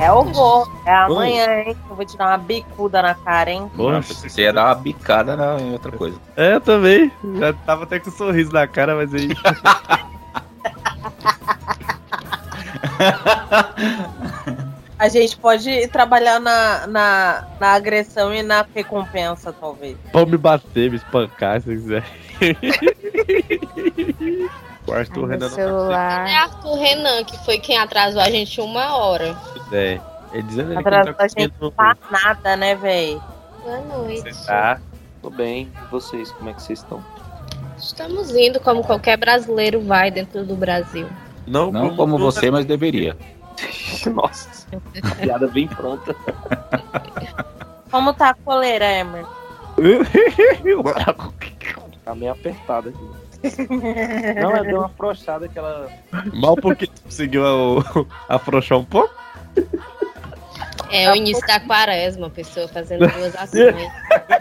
Eu vou. É amanhã, hein? Eu vou te dar uma bicuda na cara, hein? Poxa, você ia dar uma bicada em outra coisa. É, eu também. Já tava até com um sorriso na cara, mas aí. A gente pode trabalhar na agressão e na recompensa, talvez. Pode me bater, me espancar se quiser. O Arthur Renan não celular. É Arthur Renan, que foi quem atrasou a gente 1 hora. É. Ele dizendo Atrasou a gente não faz nada, né, velho? Boa noite. Você tá? Tô bem. E vocês, como é que vocês estão? Estamos indo como qualquer brasileiro vai dentro do Brasil. Não como você, mas deveria. Nossa, piada bem pronta. Como tá a coleira, Emer? Tá meio apertada aqui. Não, ela deu uma afrouxada que ela... Mal porque tu conseguiu afrouxar um pouco? É o início da quaresma, a pessoa fazendo 2 ações.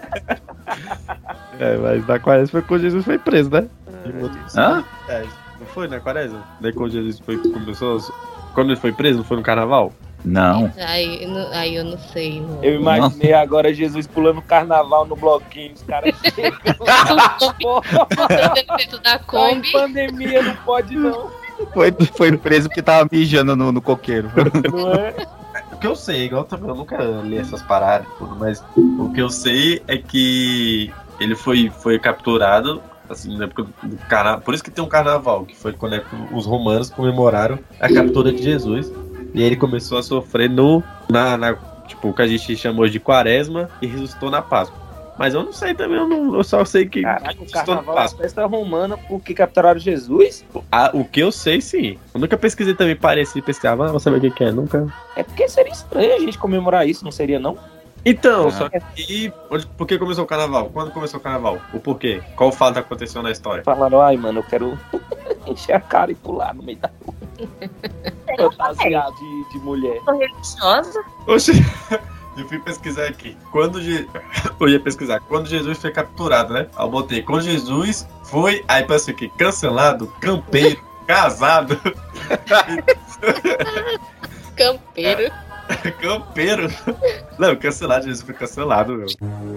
É, mas na quaresma foi quando Jesus foi preso, né? Hã? É, não foi na quaresma? Daí quando Jesus começou... Quando ele foi preso, não foi no carnaval? Não. Aí eu não sei. Não. Eu imaginei agora Jesus pulando carnaval no bloquinho, os caras chegam lá. Dentro da Kombi. Pandemia, não pode não. Foi preso porque tava mijando no coqueiro. Não é? O que eu sei, igual também, eu nunca li essas paradas, tudo, mas o que eu sei é que ele foi capturado, assim, na época do carnaval. Por isso que tem um carnaval, que foi quando os romanos comemoraram a captura de Jesus. E ele começou a sofrer tipo, o que a gente chamou de quaresma e ressuscitou na Páscoa. Mas eu não sei também, eu só sei que... Caraca, o carnaval é a festa romana porque capturaram Jesus? O que eu sei, sim. Eu nunca pesquisei também, pareci pesquisar, mas não vou saber o que é, nunca. É porque seria estranho a gente comemorar isso, não seria não? Então, só que por que começou o carnaval? Quando começou o carnaval? O porquê? Qual fato aconteceu na história? Falaram, ai mano, eu quero encher a cara e pular no meio da rua. Fantasiado de mulher. Sou religiosa? Oxi, eu fui pesquisar aqui. Eu ia pesquisar quando Jesus foi capturado, né? Aí eu botei, quando Jesus foi, aí pensei aqui, cancelado, campeiro, casado. Campeiro. Campeiro. Não, cancelado, Jesus foi cancelado, meu.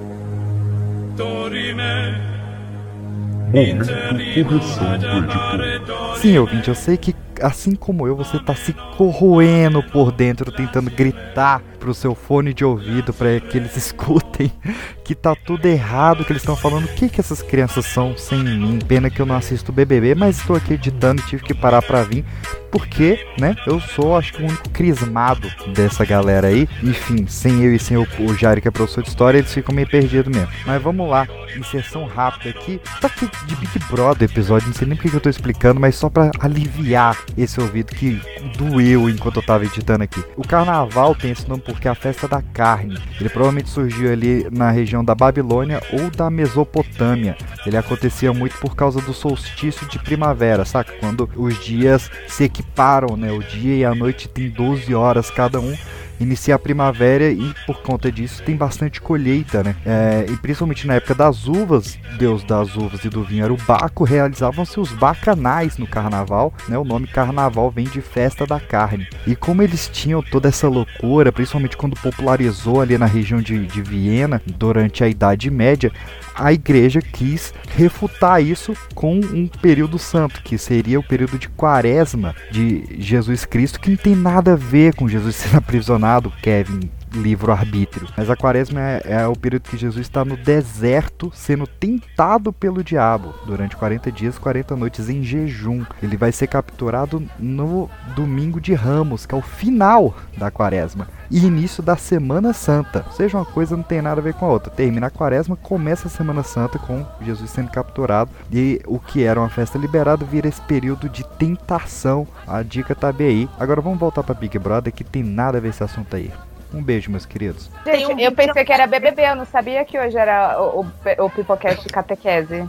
Momento correção do editor. Sim, ouvinte, eu sei que assim como eu, você tá se corroendo por dentro, tentando gritar pro seu fone de ouvido para que eles escutem que tá tudo errado, que eles estão falando. O que essas crianças são sem mim? Pena que eu não assisto BBB, mas estou aqui editando e tive que parar pra vir, porque, né, eu sou, acho que o único crismado dessa galera aí. Enfim, sem eu e sem o Jair, que é professor de história, eles ficam meio perdidos mesmo. Mas vamos lá, inserção rápida aqui. Tá aqui de Big Brother episódio, não sei nem porque eu tô explicando, mas só pra aliviar esse ouvido que doeu enquanto eu tava editando aqui. O carnaval tem esse nome porque é a festa da carne. Ele provavelmente surgiu ali na região da Babilônia ou da Mesopotâmia. Ele acontecia muito por causa do solstício de primavera, saca? Quando os dias se equiparam, né? O dia e a noite tem 12 horas cada um. Inicia a primavera e por conta disso tem bastante colheita, né? E principalmente na época das uvas, deus das uvas e do vinho era o Baco, realizavam-se os bacanais no carnaval, né? O nome carnaval vem de festa da carne. E como eles tinham toda essa loucura, principalmente quando popularizou ali na região de Viena, durante a Idade Média, a igreja quis refutar isso com um período santo, que seria o período de quaresma de Jesus Cristo, que não tem nada a ver com Jesus sendo aprisionado, Kevin, livro-arbítrio. Mas a quaresma é o período que Jesus está no deserto, sendo tentado pelo diabo, durante 40 dias, 40 noites em jejum. Ele vai ser capturado no domingo de Ramos, que é o final da quaresma, e início da Semana Santa. Ou seja, uma coisa não tem nada a ver com a outra. Termina a quaresma, começa a Semana Santa com Jesus sendo capturado, e o que era uma festa liberada vira esse período de tentação. A dica tá bem aí. Agora vamos voltar para Big Brother, que tem nada a ver esse assunto aí. Um beijo, meus queridos. Gente, eu pensei que era BBB, eu não sabia que hoje era o Pipocast de catequese.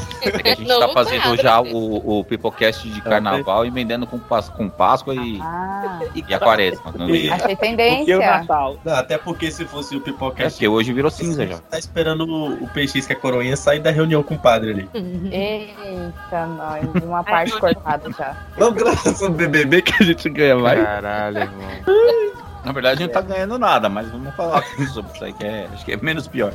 A gente tá fazendo já o Pipocast de carnaval, emendando com Páscoa e a quaresma. Achei tendência. Não, até porque se fosse o Pipocast... É porque hoje virou cinza já. Tá esperando o PX, que é a coroinha, sair da reunião com o padre ali. Eita, nós, uma parte cortada já. Vamos gravar sobre BBB que a gente ganha mais. Caralho, irmão. Na verdade, a gente não tá ganhando nada, mas vamos falar sobre isso aí, que acho que é menos pior.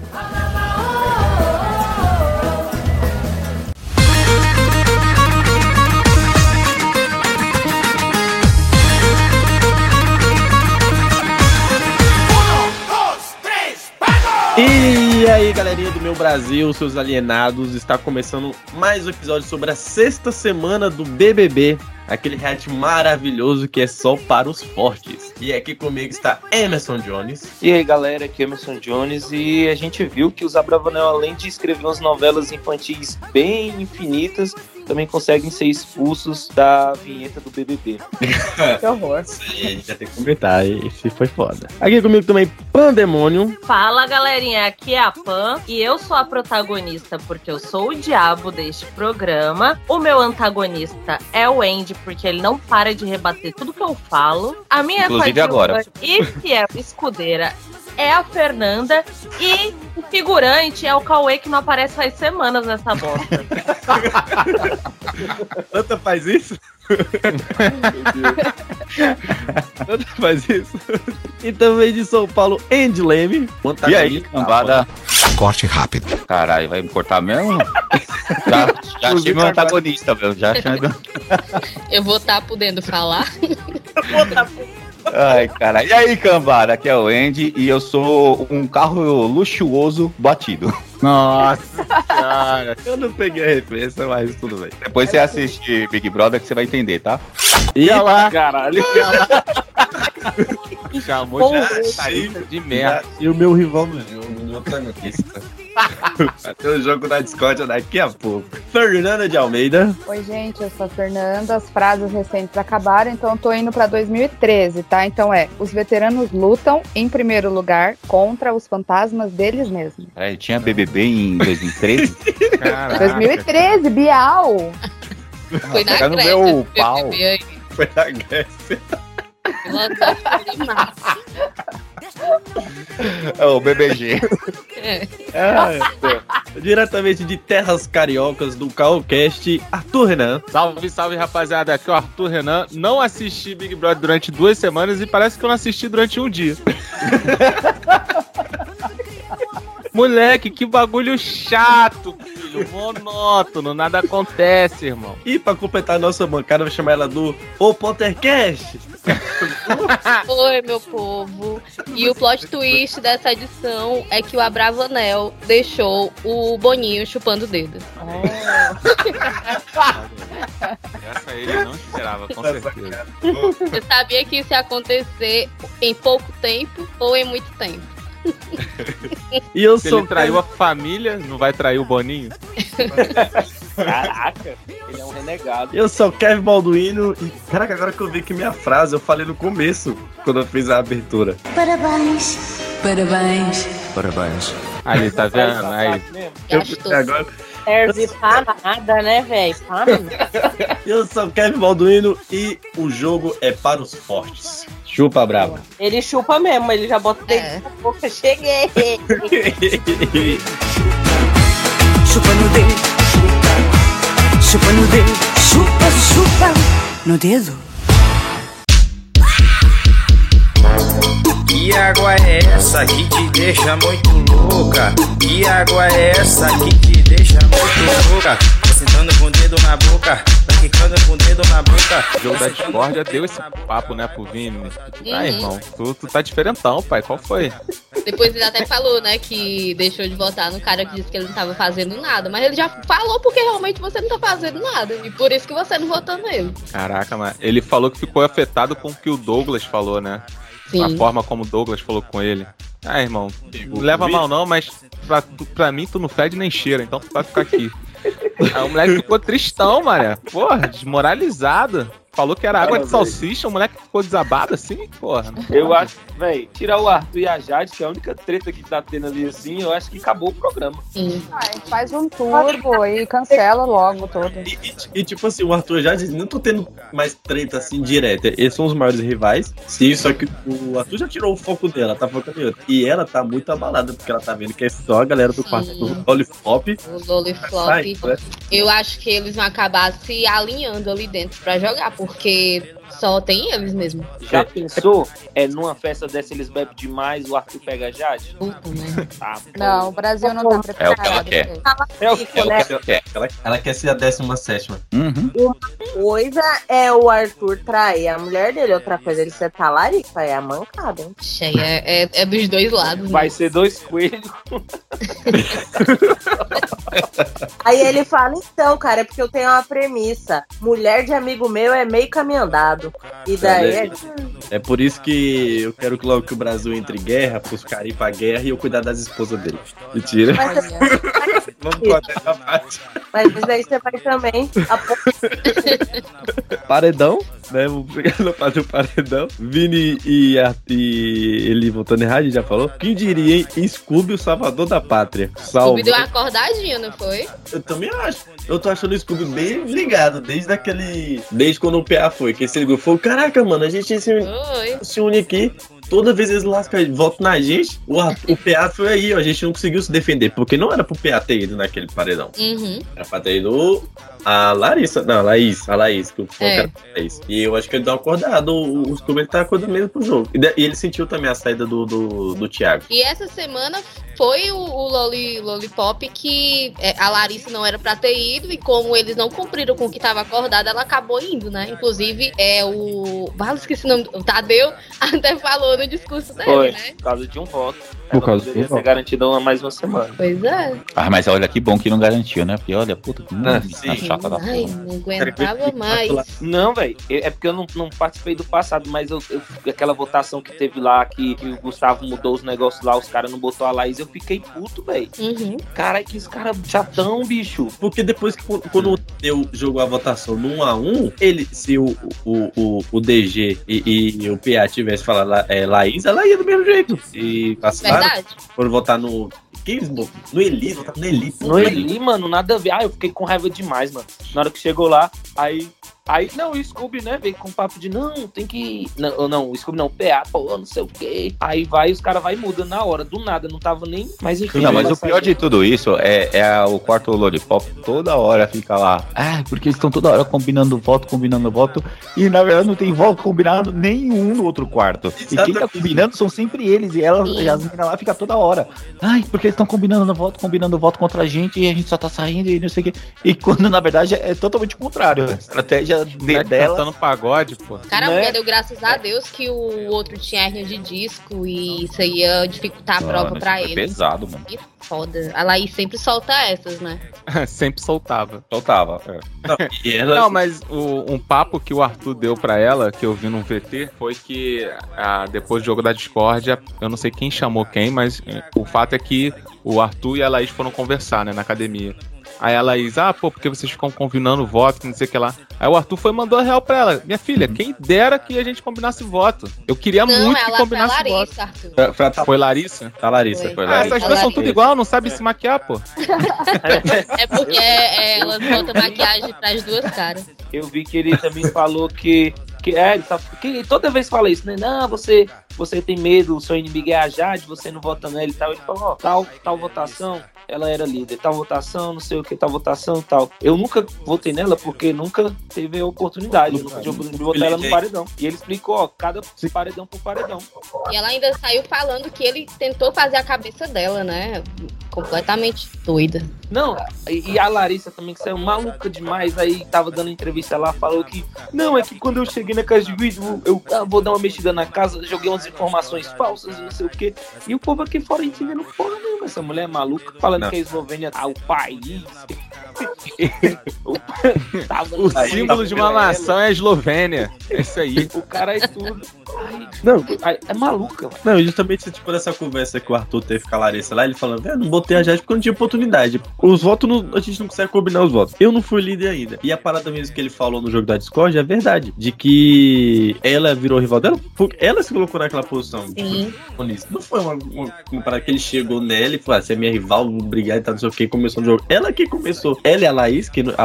E aí, galerinha do meu Brasil, seus alienados, está começando mais um episódio sobre a 6ª semana do BBB, aquele reality maravilhoso que é só para os fortes. E aqui comigo está Emerson Jones. E aí, galera, aqui é Emerson Jones, e a gente viu que os Abravanel, além de escrever umas novelas infantis bem infinitas, também conseguem ser expulsos da vinheta do BBB. Que horror. Sim, a gente já tem que comentar, esse foi foda. Aqui comigo também, Pandemônio. Fala, galerinha, aqui é a Pan e eu sou a protagonista porque eu sou o diabo deste programa. O meu antagonista é o Andy, porque ele não para de rebater tudo que eu falo. A minha inclusive agora. E fiel escudeira é a Fernanda e o figurante é o Cauê, que não aparece faz semanas nessa bosta. Tanta faz isso? Tanta faz isso? E também de São Paulo, Andy Leme. E aí, cambada? Corte rápido. Caralho, vai me cortar mesmo? já achei meu antagonista, velho. Já achei. Eu vou estar podendo falar. Ai, cara. E aí, cambada? Aqui é o Andy e eu sou um carro luxuoso batido. Nossa cara, eu não peguei a referência, mas tudo bem. Depois você assiste Big Brother que você vai entender, tá? Ia lá, caralho. Chamou de merda. E o meu rival não é o meu antagonista. Vai ter um jogo da Discord daqui a pouco. Fernanda de Almeida. Oi, gente, eu sou a Fernanda. As frases recentes acabaram, então eu tô indo pra 2013, tá? Então os veteranos lutam, em primeiro lugar, contra os fantasmas deles mesmos. É, tinha BBB em 2013? Caraca. 2013, Bial! Foi na Grécia. Meu pau. Foi na Grécia. É o BBG. Diretamente de terras cariocas do Caocast, Arthur Renan. Salve, salve, rapaziada. Aqui é o Arthur Renan. Não assisti Big Brother durante 2 semanas e parece que eu não assisti durante um dia. Moleque, que bagulho chato, filho. Monótono, nada acontece, irmão. E pra completar a nossa bancada, eu vou chamar ela do O Pottercast. Oi, meu povo. E o plot twist dessa edição é que o Abravanel deixou o Boninho chupando o dedo. Essa ele não esperava, com certeza. Você sabia que isso ia acontecer em pouco tempo ou em muito tempo? E eu Se sou ele traiu a família, não vai trair o Boninho? Caraca, ele é um renegado. Eu sou o Kevin Balduino e, caraca, agora que eu vi que minha frase eu falei no começo, quando eu fiz a abertura. Parabéns. Parabéns. Parabéns. Ali, tá vendo? Aí. Agora... Serve pra nada, né, velho? Eu sou o Kevin Balduino e o jogo é para os fortes. Chupa, brava. Ele chupa mesmo, ele já bota dentro da boca. Cheguei! Chupa no dedo. Chupa no dedo. Chupa, chupa no dedo. Que água é essa que te deixa muito louca? Que água é essa que te deixa muito louca? Tá sentando com o dedo na boca, tá quicando com o dedo na boca. O jogo da discórdia deu esse papo, né, pro Vini. Ah, irmão, tu tá diferentão, pai. Qual foi? Depois ele até falou, né, que deixou de votar no cara que disse que ele não tava fazendo nada. Mas ele já falou porque realmente você não tá fazendo nada. E por isso que você não votou nele. Caraca, mas ele falou que ficou afetado com o que o Douglas falou, né? Sim. A forma como o Douglas falou com ele. Ah, irmão, não leva mal não, mas pra mim tu não fede nem cheira, então tu vai ficar aqui. Aí o moleque ficou tristão, mané. Porra, desmoralizado. Falou que era água de salsicha, o moleque ficou desabado assim, porra. Eu acho, velho, tirar o Arthur e a Jade, que é a única treta que tá tendo ali assim, eu acho que acabou o programa. Sim. Faz um turbo e cancela logo todo. E tipo assim, o Arthur e a Jade não tô tendo mais treta assim direta. Eles são os maiores rivais. Sim, só que o Arthur já tirou o foco dela, tá focando em outro. E ela tá muito abalada, porque ela tá vendo que é só a galera do quarto do Lollipop. O Lollipop. Eu acho que eles vão acabar se alinhando ali dentro pra jogar, porque Só tem eles mesmo. Já pensou? Numa festa dessa eles bebem demais, o Arthur pega a Jade? Puta, né? Não, o Brasil não tá preparado. É o que ela quer. É o que ela quer. Ela quer ser a 17ª. Uhum. Uma coisa é o Arthur trair a mulher dele, outra coisa é ele ser talarica, é a mancada, hein? É dos dois lados. Vai né? ser 2 coelhos. Aí ele fala, então, cara, é porque eu tenho uma premissa. Mulher de amigo meu é meio caminho andado. E daí É por isso que eu quero que logo que o Brasil entre em guerra, pros caras ir pra guerra e eu cuidar das esposas dele. Mentira. Vamos cortar essa parte. Mas daí você vai também. Paredão, né? Vamos fazer o paredão. Vini e ele voltando errado, a gente já falou. Quem diria, hein? Scooby, o salvador da pátria. Salve. Scooby deu uma acordadinha, não foi? Eu também acho. Eu tô achando o Scooby bem ligado, desde quando o PA foi. Que esse ligou e falou, caraca, mano, a gente se une aqui. Toda vez eles voltam na gente, o PA foi aí, ó, a gente não conseguiu se defender, porque não era pro PA ter ido naquele paredão. Uhum. Era pra ter ido a Larissa, não, a Laís, que eu falei que era a Laís. E eu acho que ele deu uma acordada, o Scooby tá acordando mesmo pro jogo. E ele sentiu também a saída do Thiago. E essa semana foi o Lollipop que a Larissa não era pra ter ido, e como eles não cumpriram com o que tava acordado, ela acabou indo, né? Inclusive, esqueci o nome, o Tadeu até falou no discurso dele, Foi, né? por causa de um voto. Por causa de um ser voto. garantido mais uma semana. Pois é. Ah, mas olha que bom que não garantiu, né? Porque olha, puta, que chata da Ai, porra. não aguentava mais. Não, velho, é porque eu não participei do passado, mas aquela votação que teve lá, que o Gustavo mudou os negócios lá, os caras não botou a Laís, eu fiquei puto, velho. Uhum. Caralho, que esse cara chatão, bicho. Porque depois que quando o Tadeu jogou a votação no 1x1, se o DG e o PA tivesse falado Laís, ela ia do mesmo jeito. E passaram, foram votar no... No Eli, votaram no Eli. No Eli, mano, nada a ver. Eu fiquei com raiva demais, mano. Na hora que chegou lá, aí não, o Scooby, né, veio com papo de não, tem que... Não, o Scooby não, o PA, pô, não sei o quê. Aí os caras vai e mudam na hora, do nada, não tava nem... Mas enfim... Não, mas o pior de tudo isso é o quarto Lollipop toda hora fica lá. Porque eles estão toda hora combinando voto, e na verdade não tem voto combinado nenhum no outro quarto. E quem tá combinando são sempre eles, e as meninas lá ficam toda hora. Porque eles estão combinando voto contra a gente, e a gente só tá saindo e não sei o quê. E quando na verdade é totalmente o contrário. A estratégia dela... Cantando pagode, pô. Cara, a mulher deu graças a Deus que o outro tinha hernia de disco e isso ia dificultar a prova pra ele. Pesado, mano. Que foda. A Laís sempre solta essas, né? Sempre soltava. Não, mas um papo que o Arthur deu pra ela, que eu vi num VT, foi que depois do jogo da discórdia, eu não sei quem chamou quem, mas o fato é que o Arthur e a Laís foram conversar, né, na academia. Aí a Laís, porque vocês ficam combinando voto, não sei o que lá. Aí o Arthur foi e mandou a real pra ela. Minha filha, quem dera que a gente combinasse voto. Eu queria muito que combinasse voto. Foi Larissa? Tá, Larissa. Foi Larissa. Essas duas são tudo igual, não sabem se maquiar, pô. É porque elas botam maquiagem pras duas caras. Eu vi que ele também falou que ele toda vez fala isso, né? Não, você tem medo, o seu inimigo é a Jade, você não vota nela e tal. Ele falou, tal votação, ela era líder, tal votação, não sei o que, tal votação, tal. Eu nunca votei nela porque nunca teve a oportunidade, eu nunca tive a oportunidade de botar ela no paredão. E ele explicou, cada paredão por paredão. E ela ainda saiu falando que ele tentou fazer a cabeça dela, né? Completamente doida. Não, e a Larissa também, que saiu maluca demais, aí tava dando entrevista lá, falou que não, é que quando eu cheguei na casa de vídeo, eu vou dar uma mexida na casa, joguei umas informações falsas e não sei o que. E o povo aqui fora entendendo porra nenhuma, essa mulher é maluca, falando que a Eslovênia tá o país. O símbolo de uma nação é a Eslovênia. É isso aí. O cara é tudo. Não, é maluca, mano. Não, justamente tipo nessa conversa que o Arthur teve com a Larissa lá, ele falando, não botei a Jade porque eu não tinha oportunidade. Os votos, a gente não consegue combinar os votos. Eu não fui líder ainda. E a parada mesmo que ele falou no jogo da Discord é verdade. De que ela virou rival dela, ela se colocou naquela posição. Sim. Não foi uma parada que ele chegou nela e falou, você é minha rival, vamos brigar e tal, não sei o que, começou o jogo. Ela que começou. Ela e a Laís, que a Laís também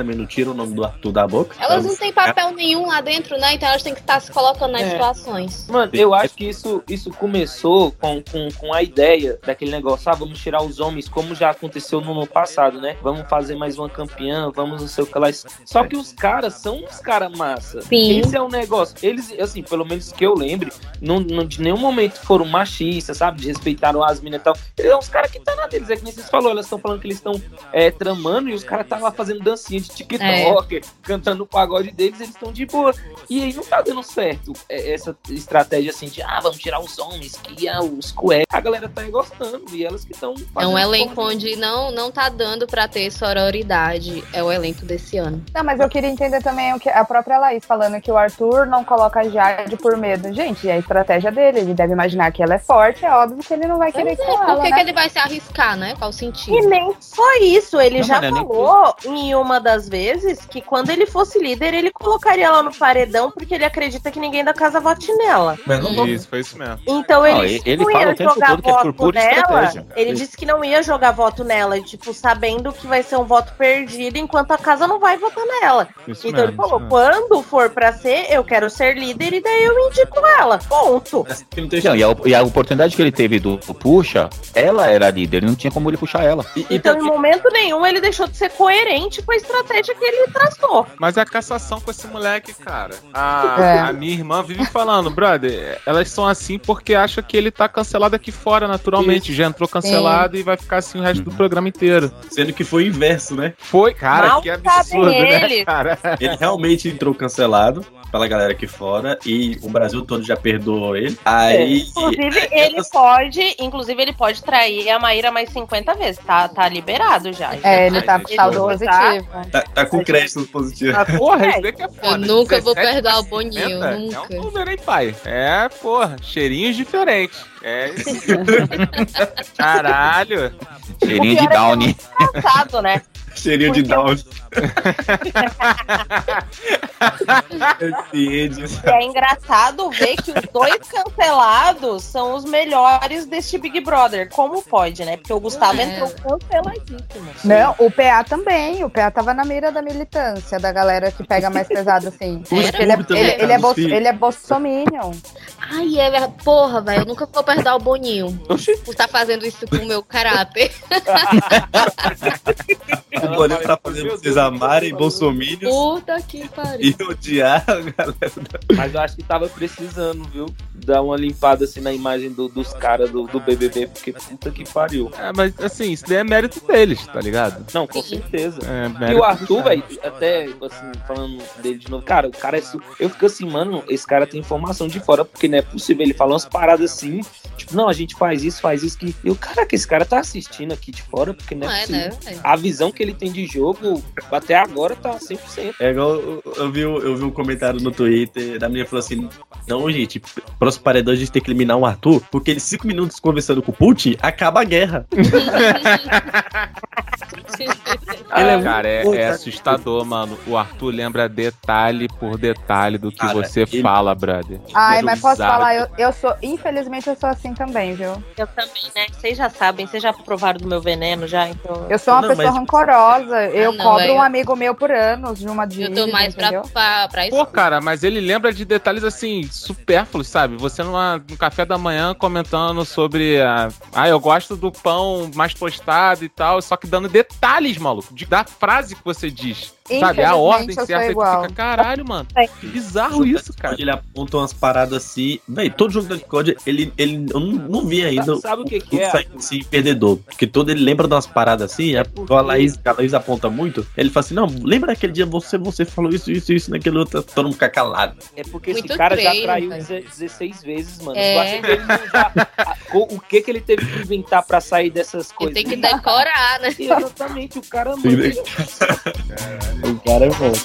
também não tiram o nome do Arthur da boca. Elas não têm papel nenhum lá dentro, né? Então elas têm que estar se colocando nas situações. Mano, eu acho que isso começou com a ideia daquele negócio, vamos tirar os homens, como já aconteceu no passado, né? Vamos fazer mais uma campeã, vamos não sei o que lá. Só que os caras são uns caras massa. Sim. Esse é um negócio. Eles, assim, pelo menos que eu lembre, não de nenhum momento foram machistas, sabe? Desrespeitaram as minas e tal. Eles são uns caras que tá na deles. É que nem vocês falaram, elas estão falando que eles estão tramando e os caras tá lá fazendo dancinha de TikTok, cantando o pagode deles, eles estão de boa. E aí não tá dando certo essa estratégia assim de vamos tirar os homens, que os cuecas. A galera tá gostando e elas que estão fazendo. É um elenco onde não tá dando pra ter sororidade. É o elenco desse ano. Não, mas eu queria entender também o que a própria Laís falando que o Arthur não coloca a Jade por medo. Gente, é a estratégia dele. Ele deve imaginar que ela é forte, é óbvio que ele não vai querer com ela, por que né? ele vai se arriscar, né? Qual o sentido? E nem só isso, ele Não, já mano, falou em uma das vezes que quando ele fosse líder, ele colocaria ela no paredão porque ele acredita que ninguém da casa vote nela. Mas não Isso, foi isso mesmo. Então ele ele não fala ia o tempo jogar todo que é por voto pura nela. estratégia. Ele disse que não ia jogar voto nela, tipo, sabendo que vai ser um voto perdido enquanto a casa não vai votar nela. Isso Então ele mesmo, falou, isso mesmo. quando for pra ser, eu quero ser líder e daí eu indico ela. Ponto. Não, e a oportunidade que ele teve do puxa, ela era líder, não tinha como ele puxar ela. Então, em momento nenhum, ele deixou de ser coerente com a estratégia que ele traçou. Mas é a cassação com esse moleque, cara. A minha irmã vive falando, brother, elas são assim porque acham que ele tá cancelado aqui fora, naturalmente. Já entrou cancelado e vai ficar assim o resto do programa inteiro. Sendo que foi o inverso, né? Foi, cara, Mal que absurdo, sabem né, eles. cara? Ele realmente entrou cancelado pela galera aqui fora e o Brasil todo já perdoou ele. Aí. Inclusive, ele pode trair a Maíra mais 50 vezes. Tá liberado já. Ele tá com saldo positivo. Tá com crédito positivo. Porra, isso daqui é foda. Eu nunca vou 17 perdoar o pra Boninho, 50, nunca. É um número, hein, pai? É, porra, cheirinhos diferentes. É isso. Caralho. Cheirinho de Downy. Engraçado, né? Cheirinho de Down. E é engraçado ver que os dois cancelados são os melhores deste Big Brother. Como pode, né? Porque o Gustavo entrou canceladíssimo. Não, o PA também. O PA tava na mira da militância, da galera que pega mais pesado assim. Ele é bolsominion. Ai, porra, velho, eu nunca vou perdoar o Boninho por estar fazendo isso com o meu caráter. O Boninho tá fazendo vocês amarem bolsominions Puta que pariu. e odiar a galera. Mas eu acho que tava precisando, viu? Dar uma limpada assim na imagem dos caras do BBB, porque puta que pariu. É, mas assim, isso daí é mérito deles, tá ligado? Não, com certeza. É, E mérito o Arthur, deles. velho, até assim, falando dele de novo, cara, o cara é. Eu fico assim, mano, esse cara tem informação de fora, porque não é possível ele falar umas paradas assim, tipo, não, a gente faz isso, que. E o cara que esse cara tá assistindo aqui de fora, porque não é possível. Né, velho? A visão que ele tem de jogo, até agora, tá 100%. É igual eu vi um comentário no Twitter da menina falou assim: não, gente, próximo paredão a gente tem que eliminar o Arthur, porque ele 5 minutos conversando com o Putin, acaba a guerra. Cara, é assustador, mano. O Arthur lembra detalhe por detalhe do que Cara, você fala, brother. Ai, É mas posso bizarro. falar, eu sou, infelizmente eu sou assim também, viu? Eu também, né? Vocês já sabem, vocês já provaram do meu veneno já, então. Eu sou uma Não, pessoa mas- rancorosa. Eu não, cobro é. um amigo meu por anos de uma Eu dívida, tô mais entendeu? pra isso. Pô, cara, mas ele lembra de detalhes assim, supérfluos, sabe? Você no café da manhã comentando sobre eu gosto do pão mais tostado e tal, só que dando detalhes, maluco, da frase que você diz. Sabe? A ordem eu sou certa e tu igual. fica, caralho, mano. Que bizarro isso, cara. Ele aponta umas paradas assim. Véi, todo jogo da Discord, ele eu não vi ainda. Sabe o que é? Sair assim, perdedor. Porque todo ele lembra de umas paradas assim. A Laís aponta muito. Ele fala assim: não, lembra aquele dia você falou isso, naquele outro. Todo mundo fica calado. É porque Muito esse cara já treino, traiu velho. 16 vezes, mano. É. Tu acha que ele não o que ele teve que inventar pra sair dessas Ele coisas? tem que decorar, né? Exatamente, o cara manda. O cara é bom.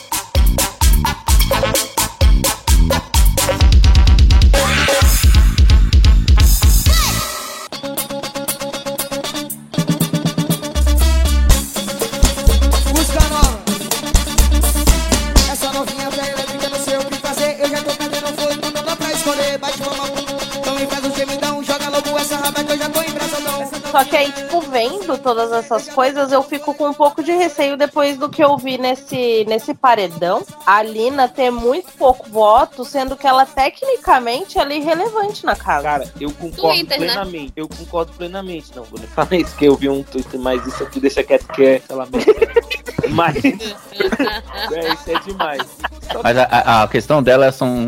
Música nova. Essa novinha da elétrica, não sei o que fazer. Eu já tô perdendo fogo, não dá pra escolher. Bate palma, então me faz um gemidão. Joga logo essa raba que eu já tô embraçadão. Só que aí, tipo, vendo todas essas coisas, eu fico com um pouco de receio depois do que eu vi nesse paredão. A Lina ter muito pouco voto, sendo que ela tecnicamente ela é irrelevante na casa. Cara, eu concordo Twitter, plenamente. Né? Eu concordo plenamente. Não, vou nem falar isso, que eu vi um Twitter, mas isso aqui deixa quieto que é, sei lá, mas isso é demais. Mas a questão dela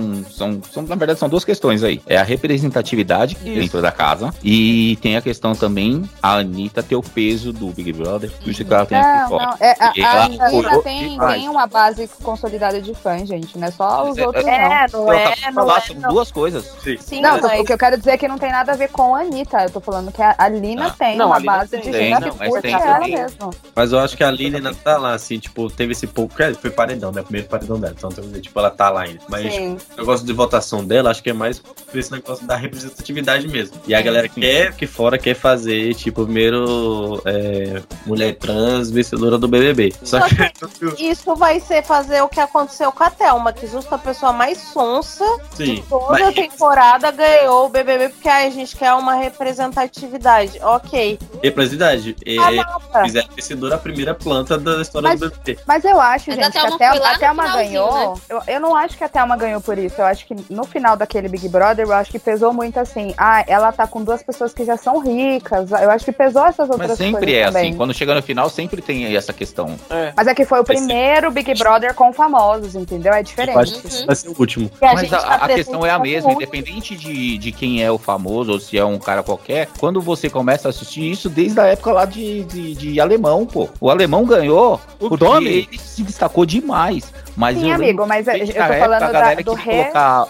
na verdade, são duas questões aí. É a representatividade dentro da casa e tem a questão também a Anitta ter o peso do Big Brother. Por isso que ela tem aqui fora. A Anitta tem uma base consolidada de fãs, gente. Não é só os outros, não. São duas coisas. Sim, não, o que eu quero dizer é que não tem nada a ver com a Anitta. Eu tô falando que a Lina tem uma base de gente que curte ela mesmo. Mas eu acho que a Lina ainda tá lá, assim, tipo, teve esse pouco. Foi paredão, né? Primeiro paredão dela. Então, tipo, ela tá lá ainda. Mas o negócio de votação dela, acho que é mais por esse negócio da representatividade mesmo. E a galera quer fazer, tipo, primeiro mulher trans vencedora do BBB. Só que isso vai ser fazer o que aconteceu com a Thelma, que justo a pessoa mais sonsa de toda a temporada ganhou o BBB porque a gente quer uma representatividade. Ok. Representatividade. Fizeram vencedora a primeira planta da história do BBB. Mas eu acho, gente, que a Thelma ganhou. Né? Eu não acho que a Thelma ganhou por isso. Eu acho que no final daquele Big Brother, eu acho que pesou muito assim. Ela tá com duas pessoas que já são ricas. Eu acho que pesou essas outras coisas. Mas sempre é também. Assim. Quando chega no final, sempre tem essa questão. Mas é que foi o primeiro Big Brother com famosos, entendeu? É diferente. Vai ser o último. Mas a questão é a mesma. Independente de quem é o famoso ou se é um cara qualquer, quando você começa a assistir isso desde a época lá de Alemão, pô. O Alemão ganhou porque ele se destacou demais. Mas sim, amigo, mas eu tô falando do colocar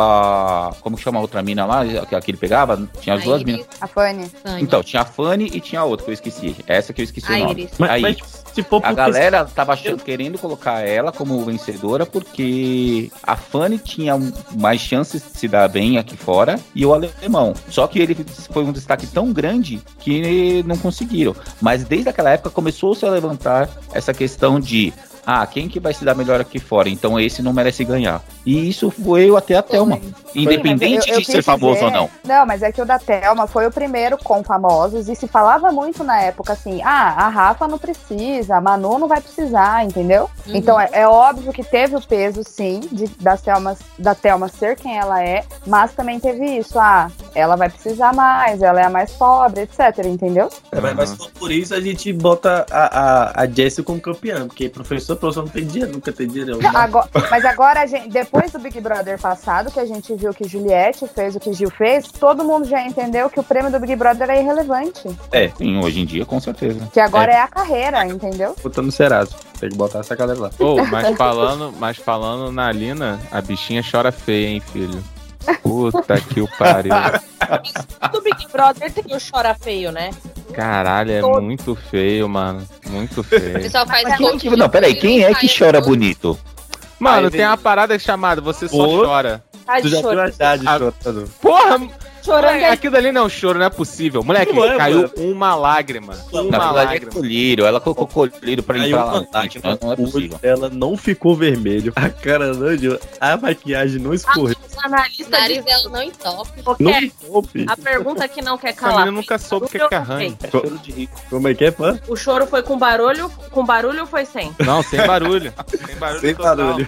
como que chama a outra mina lá, que ele pegava? Tinha as duas minas. A Fanny. Então, tinha a Fanny e tinha a outra que eu esqueci. Essa que eu esqueci o nome. Mas a galera tava querendo colocar ela como vencedora porque a Fanny tinha mais chances de se dar bem aqui fora e o Alemão. Só que ele foi um destaque tão grande que não conseguiram. Mas desde aquela época começou-se a levantar essa questão de quem que vai se dar melhor aqui fora? Então esse não merece ganhar. E isso foi até a Thelma. Independente de ser famoso ou não. Não, mas é que o da Thelma foi o primeiro com famosos e se falava muito na época assim, a Rafa não precisa, a Manu não vai precisar, entendeu? Então é óbvio que teve o peso, sim, da Thelma ser quem ela é, mas também teve isso, ela vai precisar mais, ela é a mais pobre, etc, entendeu? Mas por isso a gente bota a Jessie como campeã, porque professor não tem dinheiro, nunca tem dinheiro. Mas agora, depois do Big Brother passado, que a gente viu que Juliette fez o que Gil fez, todo mundo já entendeu que o prêmio do Big Brother é irrelevante. Sim, hoje em dia, com certeza. Que agora é a carreira, entendeu? Botando no Serasa. Tem que botar essa galera lá. Mas falando na Lina, a bichinha chora feia, hein, filho? Puta que o pariu. Do Big Brother tem o chora feio, né? Caralho, é muito feio, mano. Muito feio. Não, peraí, quem é que chora bonito? Mano, tem uma parada chamada Você Só Chora. Tu já viu a idade chorando. Porra! Chorando. Aquilo ali não é um choro, não é possível. Moleque, caiu uma lágrima. Uma lágrima. Colírio, ela colocou colírio pra limpar lá. Não é possível. Ela não ficou vermelho. A cara não, a maquiagem não escorreu. O nariz dela não entope. Não entope. A pergunta que não quer Essa calar. menina nunca soube o que é arranha. É choro de rico. Como é que é, pã? O choro foi com barulho ou foi sem? Não, sem barulho. Sem barulho.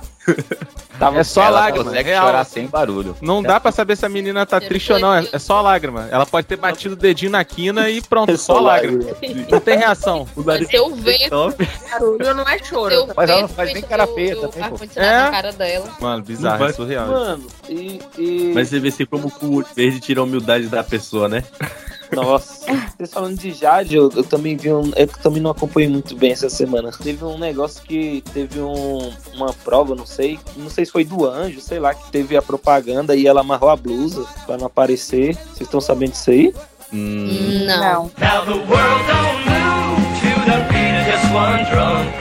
É só lágrima. Consegue chorar sem barulho. Não dá pra saber se a menina tá triste ou não. É só lágrima. Ela pode ter batido o dedinho na quina e pronto, só lágrima. Não tem reação. Mas se eu ver barulho não é choro. Mas ela não faz nem cara feia também, pô. Na cara dela. Mano, bizarro, é surreal. Mano, Mas você vê assim como o cu verde tira a humildade da pessoa, né? Nossa, vocês falando de Jade, eu também vi eu também não acompanhei muito bem essa semana. Teve um negócio que teve uma prova, não sei se foi do Anjo, sei lá, que teve a propaganda e ela amarrou a blusa pra não aparecer. Vocês estão sabendo disso aí? Não.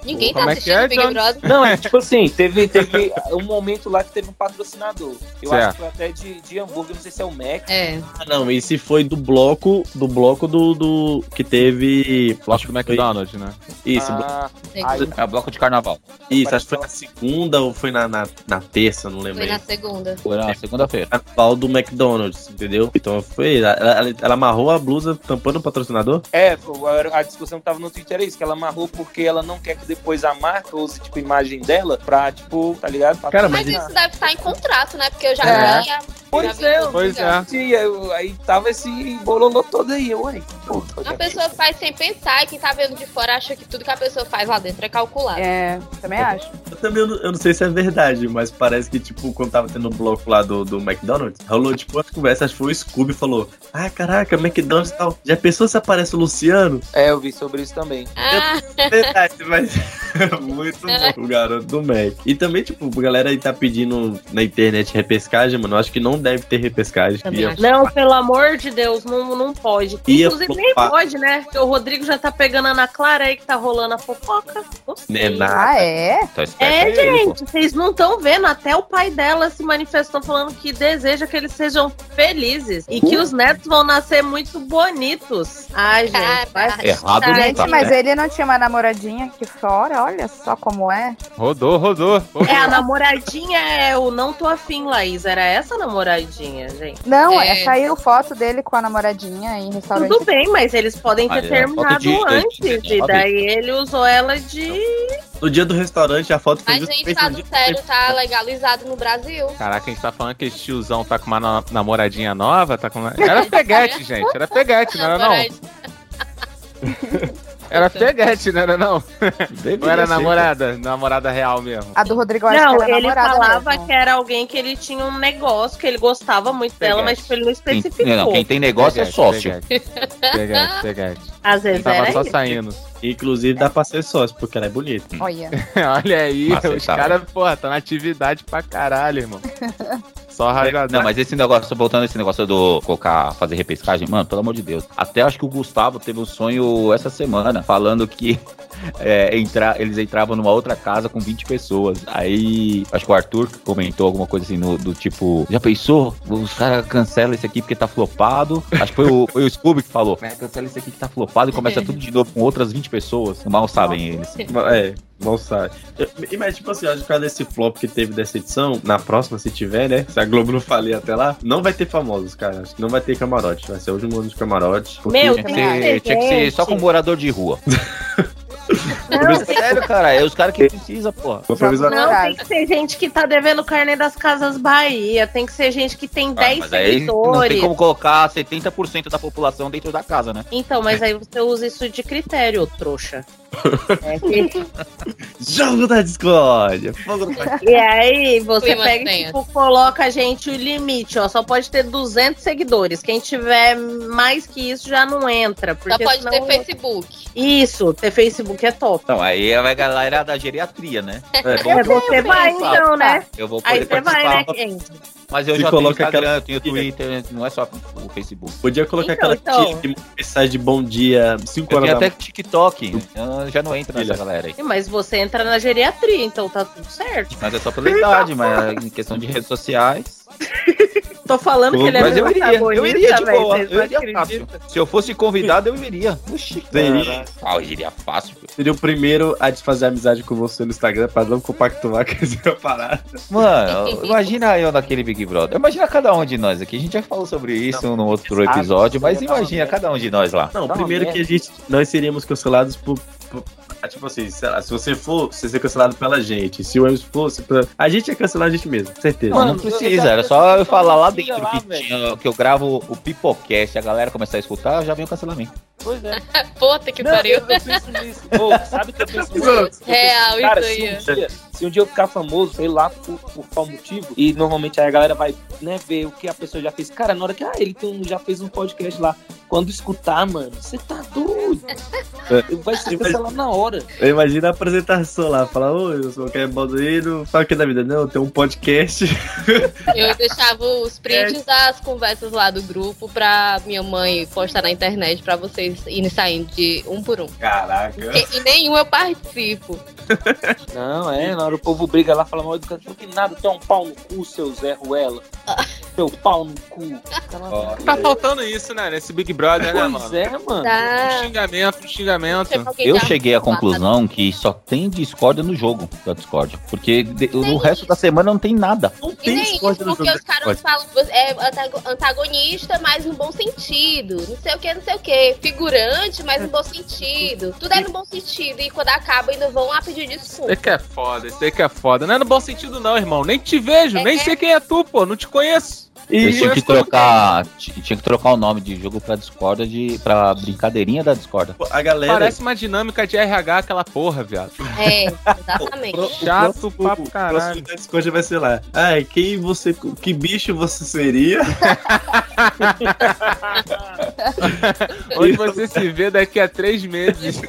Ninguém tá Como é que assistindo é, Big John? Brother. Não, é tipo assim, teve um momento lá que teve um patrocinador. Eu acho que foi até de hambúrguer, não sei se é o Mac. É. Ah, não, esse foi do bloco do que teve. Bloco do McDonald's, né? Isso, É bloco de carnaval. isso, acho que foi na segunda ou foi na terça, não lembro. Foi aí. na segunda. Foi na segunda-feira. Carnaval do McDonald's, entendeu? Então foi. Ela amarrou a blusa tampando o patrocinador? A discussão que tava no Twitter é isso, que ela amarrou porque ela não quer que depois a marca use, tipo, a imagem dela pra, tipo, tá ligado? Pra Cara, Mas isso deve estar em contrato, né? Porque eu já É. vi. Pois é, Pois é. Sim, aí tava esse bololô todo aí, ué. A pessoa faz sem pensar e quem tá vendo de fora acha que tudo que a pessoa faz lá dentro é calculado. É, também acho. Eu não sei se é verdade, mas parece que, tipo, quando tava tendo o bloco lá do McDonald's, rolou, tipo, uma conversa, acho que foi o Scooby falou: ah, caraca, McDonald's e tal. Já pensou se aparece o Luciano? É, eu vi sobre isso também. Ah, Verdade, mas muito bom o garoto do Mac. E também, tipo, a galera aí tá pedindo na internet repescagem, mano. Eu acho que não deve ter repescagem. Também acho. Não, pelo amor de Deus, não pode. Ia Inclusive nem flopar. pode, né? Porque o Rodrigo já tá pegando a Ana Clara aí que tá rolando a fofoca. Não sei. Não é nada. Ah, é? Então, esperto É, aí, pô. gente, vocês não estão vendo. Até o pai dela se manifestou falando que deseja que eles sejam felizes e que os netos vão nascer muito bonitos. Ai, gente, vai Errado não Gente, tá, mas né? ele não tinha uma namoradinha aqui fora? Olha só como é. Rodou. É, a namoradinha é o não tô afim, Laís. Era essa a namoradinha, gente. Não, É. saiu foto dele com a namoradinha em restaurante. Tudo bem, mas eles podem ter Olha, foto terminado de antes. 2019. E daí ele usou ela de. No dia do restaurante, a foto foi mas, gente, justamente falo no dia sério, tá legalizado no Brasil. Caraca, a gente tá falando que esse tiozão tá com uma namoradinha nova, tá com... Era peguete, gente, era peguete, não era não? Era peguete, não era não? Ou era namorada real mesmo? A do Rodrigo, eu acho Não, que era ele namorada falava mesmo. que era alguém que ele tinha um negócio, que ele gostava muito dela, mas tipo, ele não especificou. Não, quem tem negócio é sócio. Peguete. Às Ele vezes tava era só isso. saindo. Inclusive dá pra ser sócio, porque ela é bonita. Olha. Olha aí, Nossa, os tá. caras, porra, tá na atividade pra caralho, irmão. Só rajadão. Não, mas esse negócio, voltando a esse negócio do fazer repescagem, mano, pelo amor de Deus. Até acho que o Gustavo teve um sonho essa semana, falando que eles entravam numa outra casa com 20 pessoas. Aí, acho que o Arthur comentou alguma coisa assim, do tipo, já pensou? Os caras cancelam esse aqui porque tá flopado. Acho que foi o Scooby que falou, cancela esse aqui que tá flopado e começa tudo de novo com outras 20 pessoas. Mal sabem eles. Mal sabe. Mas, tipo assim, acho que por causa desse flop que teve dessa edição, na próxima, se tiver, né? Se a Globo não falir até lá, não vai ter famosos, cara. Acho que não vai ter camarote. Vai ser o último ano de camarote. porque- Meu, Tinha que ser só com morador de rua. Não, Sério, cara, é os caras que precisam, porra. Vou avisar- Não, tem que ser gente que tá devendo carnê das Casas Bahia, tem que ser gente que tem 10 Mas aí não tem seguidores. como colocar 70% da população dentro da casa, né? Então, mas aí você usa isso de critério, trouxa. É que- Jogo da discórdia. Fogo no pai. E aí você Clima pega e tenso. tipo, coloca a gente o limite, ó, só pode ter 200 seguidores. Quem tiver mais que isso já não entra. Só Porque pode senão... ter Facebook. Isso, ter Facebook é top. Então, aí é a galera da geriatria, né? É, você vai então, né? Eu vou Aí poder você vai, né, participar. Kenji? Mas eu Se já tenho coloca Instagram, aquela- eu tenho Twitter, não é só o Facebook. Podia colocar Então, aquela então. tia que manda mensagem de bom dia 5 Eu horas tenho da até TikTok, eu já não entro nessa galera aí. Mas você entra na geriatria, então tá tudo certo. Mas é só pela idade, mas em questão de redes sociais. Tô falando que ele é Mas meu eu iria de velho, boa, vocês eu não iria acreditam. fácil. Se eu fosse convidado, eu iria. Oxi, Seria. eu iria fácil. Seria o primeiro a desfazer amizade com você no Instagram pra não compactuar com essa parada. Mano, imagina eu naquele Big Brother. Imagina cada um de nós aqui. A gente já falou sobre isso no outro episódio, mas imagina cada um de nós lá. Não, Tá primeiro uma que nós seríamos cancelados por tipo assim, sei lá, se você for, você ser cancelado pela gente. Se o Emerson fosse, a gente ia cancelar a gente mesmo, certeza. Não, não precisa, era só eu falar lá Ia dentro lá, que, velho. que eu gravo o Pipocast, a galera começar a escutar, já vem o cancelamento. Pois é. Puta que Não, pariu. eu penso nisso. Pô, sabe o que eu penso nisso? Real, Cara, isso aí. se Se um dia eu ficar famoso, sei lá por qual motivo, e normalmente aí a galera vai, né, ver o que a pessoa já fez. Cara, na hora que ele já fez um podcast lá, quando escutar, mano, você tá doido. Vai ser cancelado na hora. Eu imagino a apresentação lá, falar, oi, eu sou o Kevin Balduino, fala o que da vida? Não, eu tenho um podcast. Eu deixava os prints das conversas lá do grupo pra minha mãe postar na internet pra vocês irem saindo de um por um. Caraca. E nenhum eu participo. Não, na hora o povo briga lá, fala mal educação, que nada, tem um pau no cu, seu Zé Ruela. Seu pau no cu. Tá faltando isso, né? Nesse Big Brother, né, mano? Pois é, mano. Tá. Um xingamento. Eu cheguei à conclusão que só tem discórdia no jogo da Discord. Porque no resto da semana não tem nada. Não E tem nem isso, discórdia no jogo porque da os caras Discord. falam antagonista, mas no bom sentido. Não sei o que. Figurante, mas no bom sentido. Tudo é no bom sentido. E quando acaba, ainda vão lá pedir desculpa. Isso aí que é foda. Não é no bom sentido, não, irmão. Nem te vejo, nem sei quem é tu, pô. Não te conheço. Eles tinham que trocar o nome de jogo pra Discorda pra brincadeirinha da Discorda. A galera... Parece uma dinâmica de RH aquela porra, viado. Exatamente. Chato, papo caralho. O próximo da Discord vai ser lá. Ai, que bicho você seria? Onde você se vê daqui a 3 meses.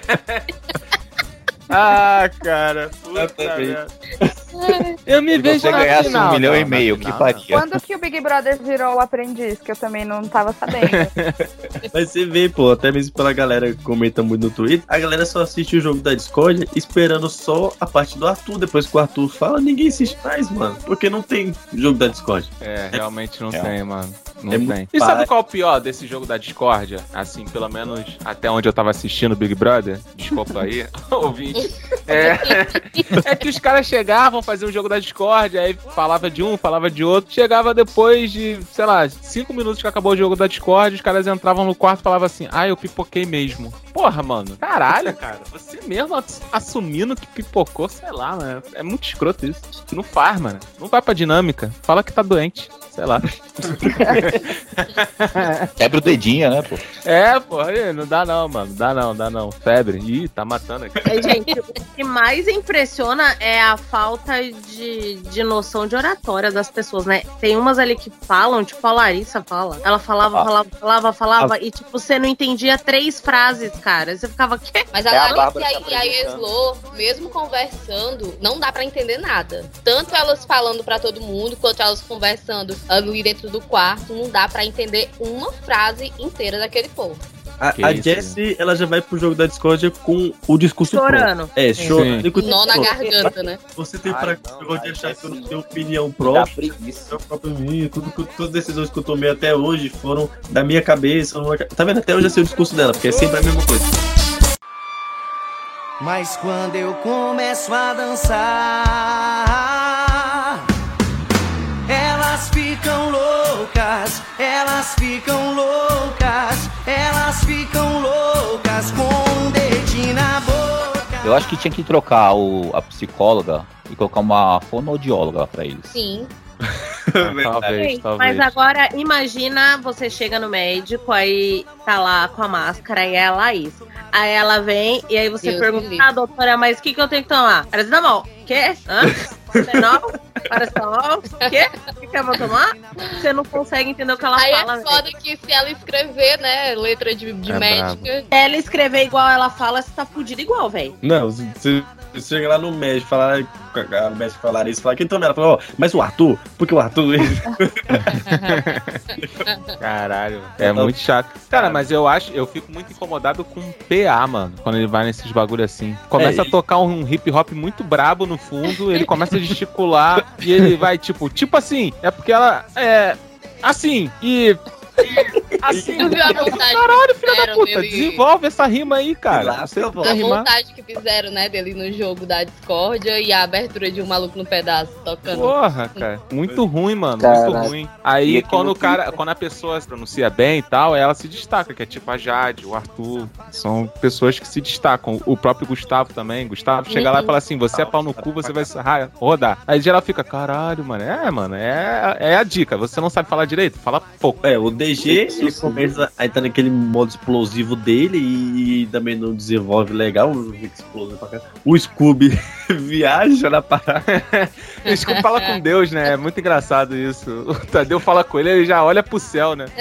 Ah, cara. Puta merda. Eu me vejo você na ganhasse final. 1,5 milhão, que faria? Quando que o Big Brother virou o aprendiz? Que eu também não tava sabendo. Mas você vê, pô, até mesmo pela galera que comenta muito no Twitter, a galera só assiste o jogo da Discord esperando só a parte do Arthur. Depois que o Arthur fala, ninguém assiste mais, mano. Porque não tem jogo da Discord. Realmente não tem, mano. Não É tem. muito E sabe pai. qual é o pior desse jogo da discórdia? Assim, pelo menos até onde eu tava assistindo o Big Brother. Desculpa aí, ouvinte. É que os caras chegavam, faziam um jogo da discórdia, aí falava de um, falava de outro. Chegava depois de, sei lá, 5 minutos que acabou o jogo da discórdia, os caras entravam no quarto e falavam assim, eu pipoquei mesmo. Porra, mano, caralho, cara. Você mesmo assumindo que pipocou, sei lá, mano. É muito escroto isso. Não faz, mano. Não vai pra dinâmica. Fala que tá doente. Sei lá. Quebra o dedinho, né, pô? Pô, aí, não dá não, mano. Dá não. Febre. Ih, tá matando aqui. Gente, o que mais impressiona é a falta de noção de oratória das pessoas, né? Tem umas ali que falam, tipo a Larissa fala. Ela falava e, tipo, você não entendia 3 frases, cara. Você ficava, quê? Mas a Larissa e a Eslo, mesmo conversando, não dá pra entender nada. Tanto elas falando pra todo mundo, quanto elas conversando ali dentro do quarto, não dá pra entender uma frase inteira daquele povo. A Jessie, ela já vai pro jogo da Discord com o discurso Chorando. pronto. Chorando. Nó na garganta, né? Você tem negócio de achar que eu não tenho opinião própria. Todas as decisões que eu tomei até hoje foram da minha cabeça. Tá vendo? Até hoje é o discurso dela, porque é sempre a mesma coisa. Mas quando eu começo a dançar, elas ficam loucas, elas ficam loucas, elas ficam loucas com um dedinho na boca. Eu acho que tinha que trocar a psicóloga e colocar uma fonoaudióloga pra eles. Sim. Talvez. Mas agora, imagina, você chega no médico, aí tá lá com a máscara e é a Laís. Aí ela vem e aí você pergunta, doutora, mas o que eu tenho que tomar? Paracetamol. Quê? Paracetamol? Paracetamol? Quê? O que eu vou tomar? Você não consegue entender o que ela fala. Aí é foda que se ela escrever, né, letra de médica... Ela escrever igual ela fala, você tá fudido igual, velho. Não, você chega lá no médico, falar, o médico falar isso, falar, quem toma? Ela fala, mas o Arthur? Porque o Arthur... Caralho, é muito chato. Cara, mas eu fico muito incomodado com o PA, mano, quando ele vai nesses bagulho assim. Começa a tocar um hip hop muito brabo no fundo, ele começa a gesticular e ele vai tipo assim, é porque ela é assim, e assim, Tu viu a montagem caralho, que filho da fizeram puta, dele? desenvolve essa rima aí, cara. Você A rimar. montagem que fizeram, né, dele no jogo da discórdia e a abertura de Um Maluco no Pedaço tocando. Porra, cara. Muito ruim, mano. Caraca. Muito ruim. Aí quando a pessoa se pronuncia bem e tal, ela se destaca, que é tipo a Jade, o Arthur. São pessoas que se destacam. O próprio Gustavo também. Gustavo chega lá e fala assim: você é pau no cu, você vai rodar. Aí geral fica, caralho, mano. É a dica. Você não sabe falar direito? Fala pouco. O DG começa, aí tá naquele modo explosivo dele e também não desenvolve legal. O Scooby viaja na parada. O Scooby fala com Deus, né? É muito engraçado isso. O Tadeu fala com ele, ele já olha pro céu, né?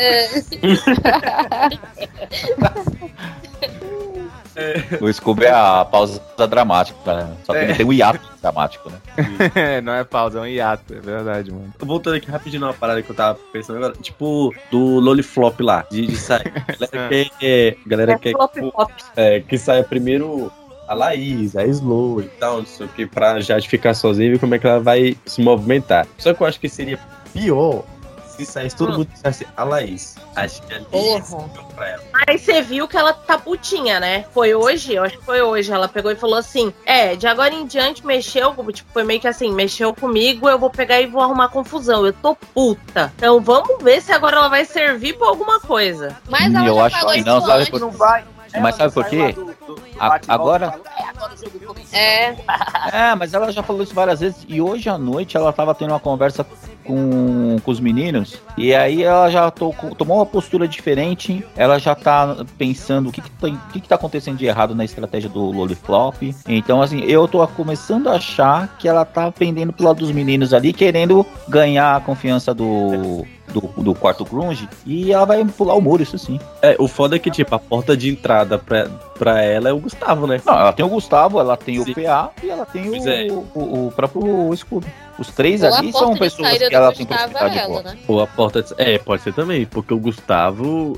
O Scooby é a pausa dramática, né? Só que ele tem um hiato dramático, né? Não é pausa, é um hiato, é verdade, mano. Voltando aqui rapidinho numa parada que eu tava pensando agora, tipo, do Loliflop lá, de sair. Galera quer que saia primeiro a Laís, a Slow e tal, não sei o que, pra Jade ficar sozinha e ver como é que ela vai se movimentar. Só que eu acho que seria pior se saísse todo mundo dissesse a Laís. Acho que ali pra ela. Aí você viu que ela tá putinha, né? Foi hoje, eu acho que foi hoje. Ela pegou e falou assim: de agora em diante mexeu, tipo, foi meio que assim, mexeu comigo, eu vou pegar e vou arrumar confusão. Eu tô puta. Então vamos ver se agora ela vai servir pra alguma coisa. Mas ela eu já acho falou que isso não, sabe antes. por... Não vai. Mas sabe por quê? Agora. Mas ela já falou isso várias vezes. E hoje à noite ela tava tendo uma conversa com os meninos. E aí ela já tomou uma postura diferente. Ela já tá pensando o que tá acontecendo de errado na estratégia do Loliflop. Então, assim, eu tô começando a achar que ela tá pendendo pro lado dos meninos ali, querendo ganhar a confiança do quarto grunge, e ela vai pular o muro, isso sim. O foda é que, tipo, a porta de entrada pra ela é o Gustavo, né? Não, ela tem o Gustavo, ela tem o PA e ela tem o próprio Scooby. Os três Ou ali são pessoas que ela tem proximidade de porta. Né? Ou a porta... pode ser também, porque o Gustavo,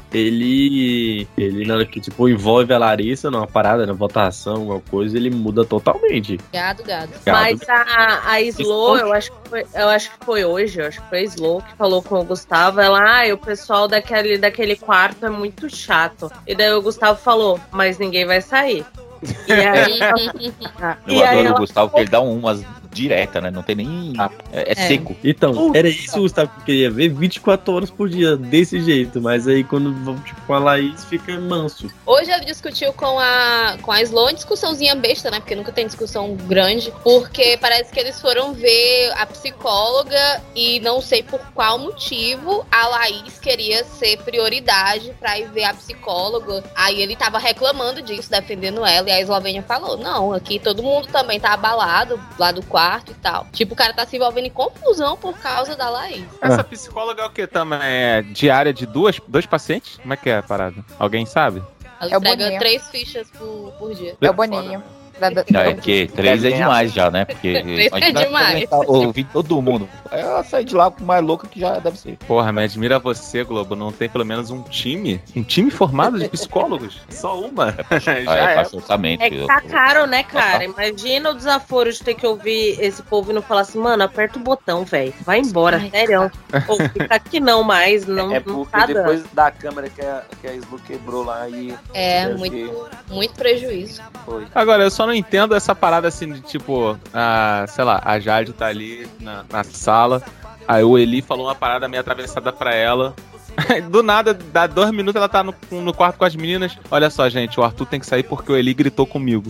ele na hora que, tipo, envolve a Larissa numa parada, na votação, alguma coisa, ele muda totalmente. Gado. Mas a Slow, eu acho que foi hoje, eu acho que foi a Slow que falou com o Gustavo, ela, o pessoal daquele quarto é muito chato. E daí o Gustavo falou, mas ninguém vai sair. E aí, eu adoro o Gustavo, porque ele dá umas direta, né? Não tem nem... seco. Então, era isso, Gustavo, que eu queria ver 24 horas por dia, desse jeito. Mas aí, quando vamos, tipo, com a Laís, fica manso. Hoje ele discutiu com a Slow, uma discussãozinha besta, né? Porque nunca tem discussão grande. Porque parece que eles foram ver a psicóloga e não sei por qual motivo a Laís queria ser prioridade pra ir ver a psicóloga. Aí ele tava reclamando disso, defendendo ela. E a Eslovênia falou, não, aqui todo mundo também tá abalado lá do quarto e tal. Tipo, o cara tá se envolvendo em confusão por causa da Laís. Essa psicóloga é o que também? É diária de dois pacientes? Como é que é a parada? Alguém sabe? Ela entrega 3 fichas por dia. É o Boninho. É que 3 é demais já, né? Porque 3 é demais. Ouvir todo mundo. Ela sai de lá mais louca que já deve ser. Porra, me admira você, Globo. Não tem pelo menos um time? Um time formado de psicólogos? Só uma. Orçamento. É que tá caro, né, cara? Imagina o desaforo de ter que ouvir esse povo e não falar assim, mano, aperta o botão, velho. Vai embora, sério. Ou fica aqui não mais. Não, porque não tá depois da câmera que a Slow quebrou lá e... muito prejuízo. Foi. Agora, eu só não entendo essa parada assim de tipo, sei lá, a Jade tá ali na sala, aí o Eli falou uma parada meio atravessada pra ela. Do nada, dá 2 minutos, ela tá no quarto com as meninas. Olha só, gente, o Arthur tem que sair porque o Eli gritou comigo.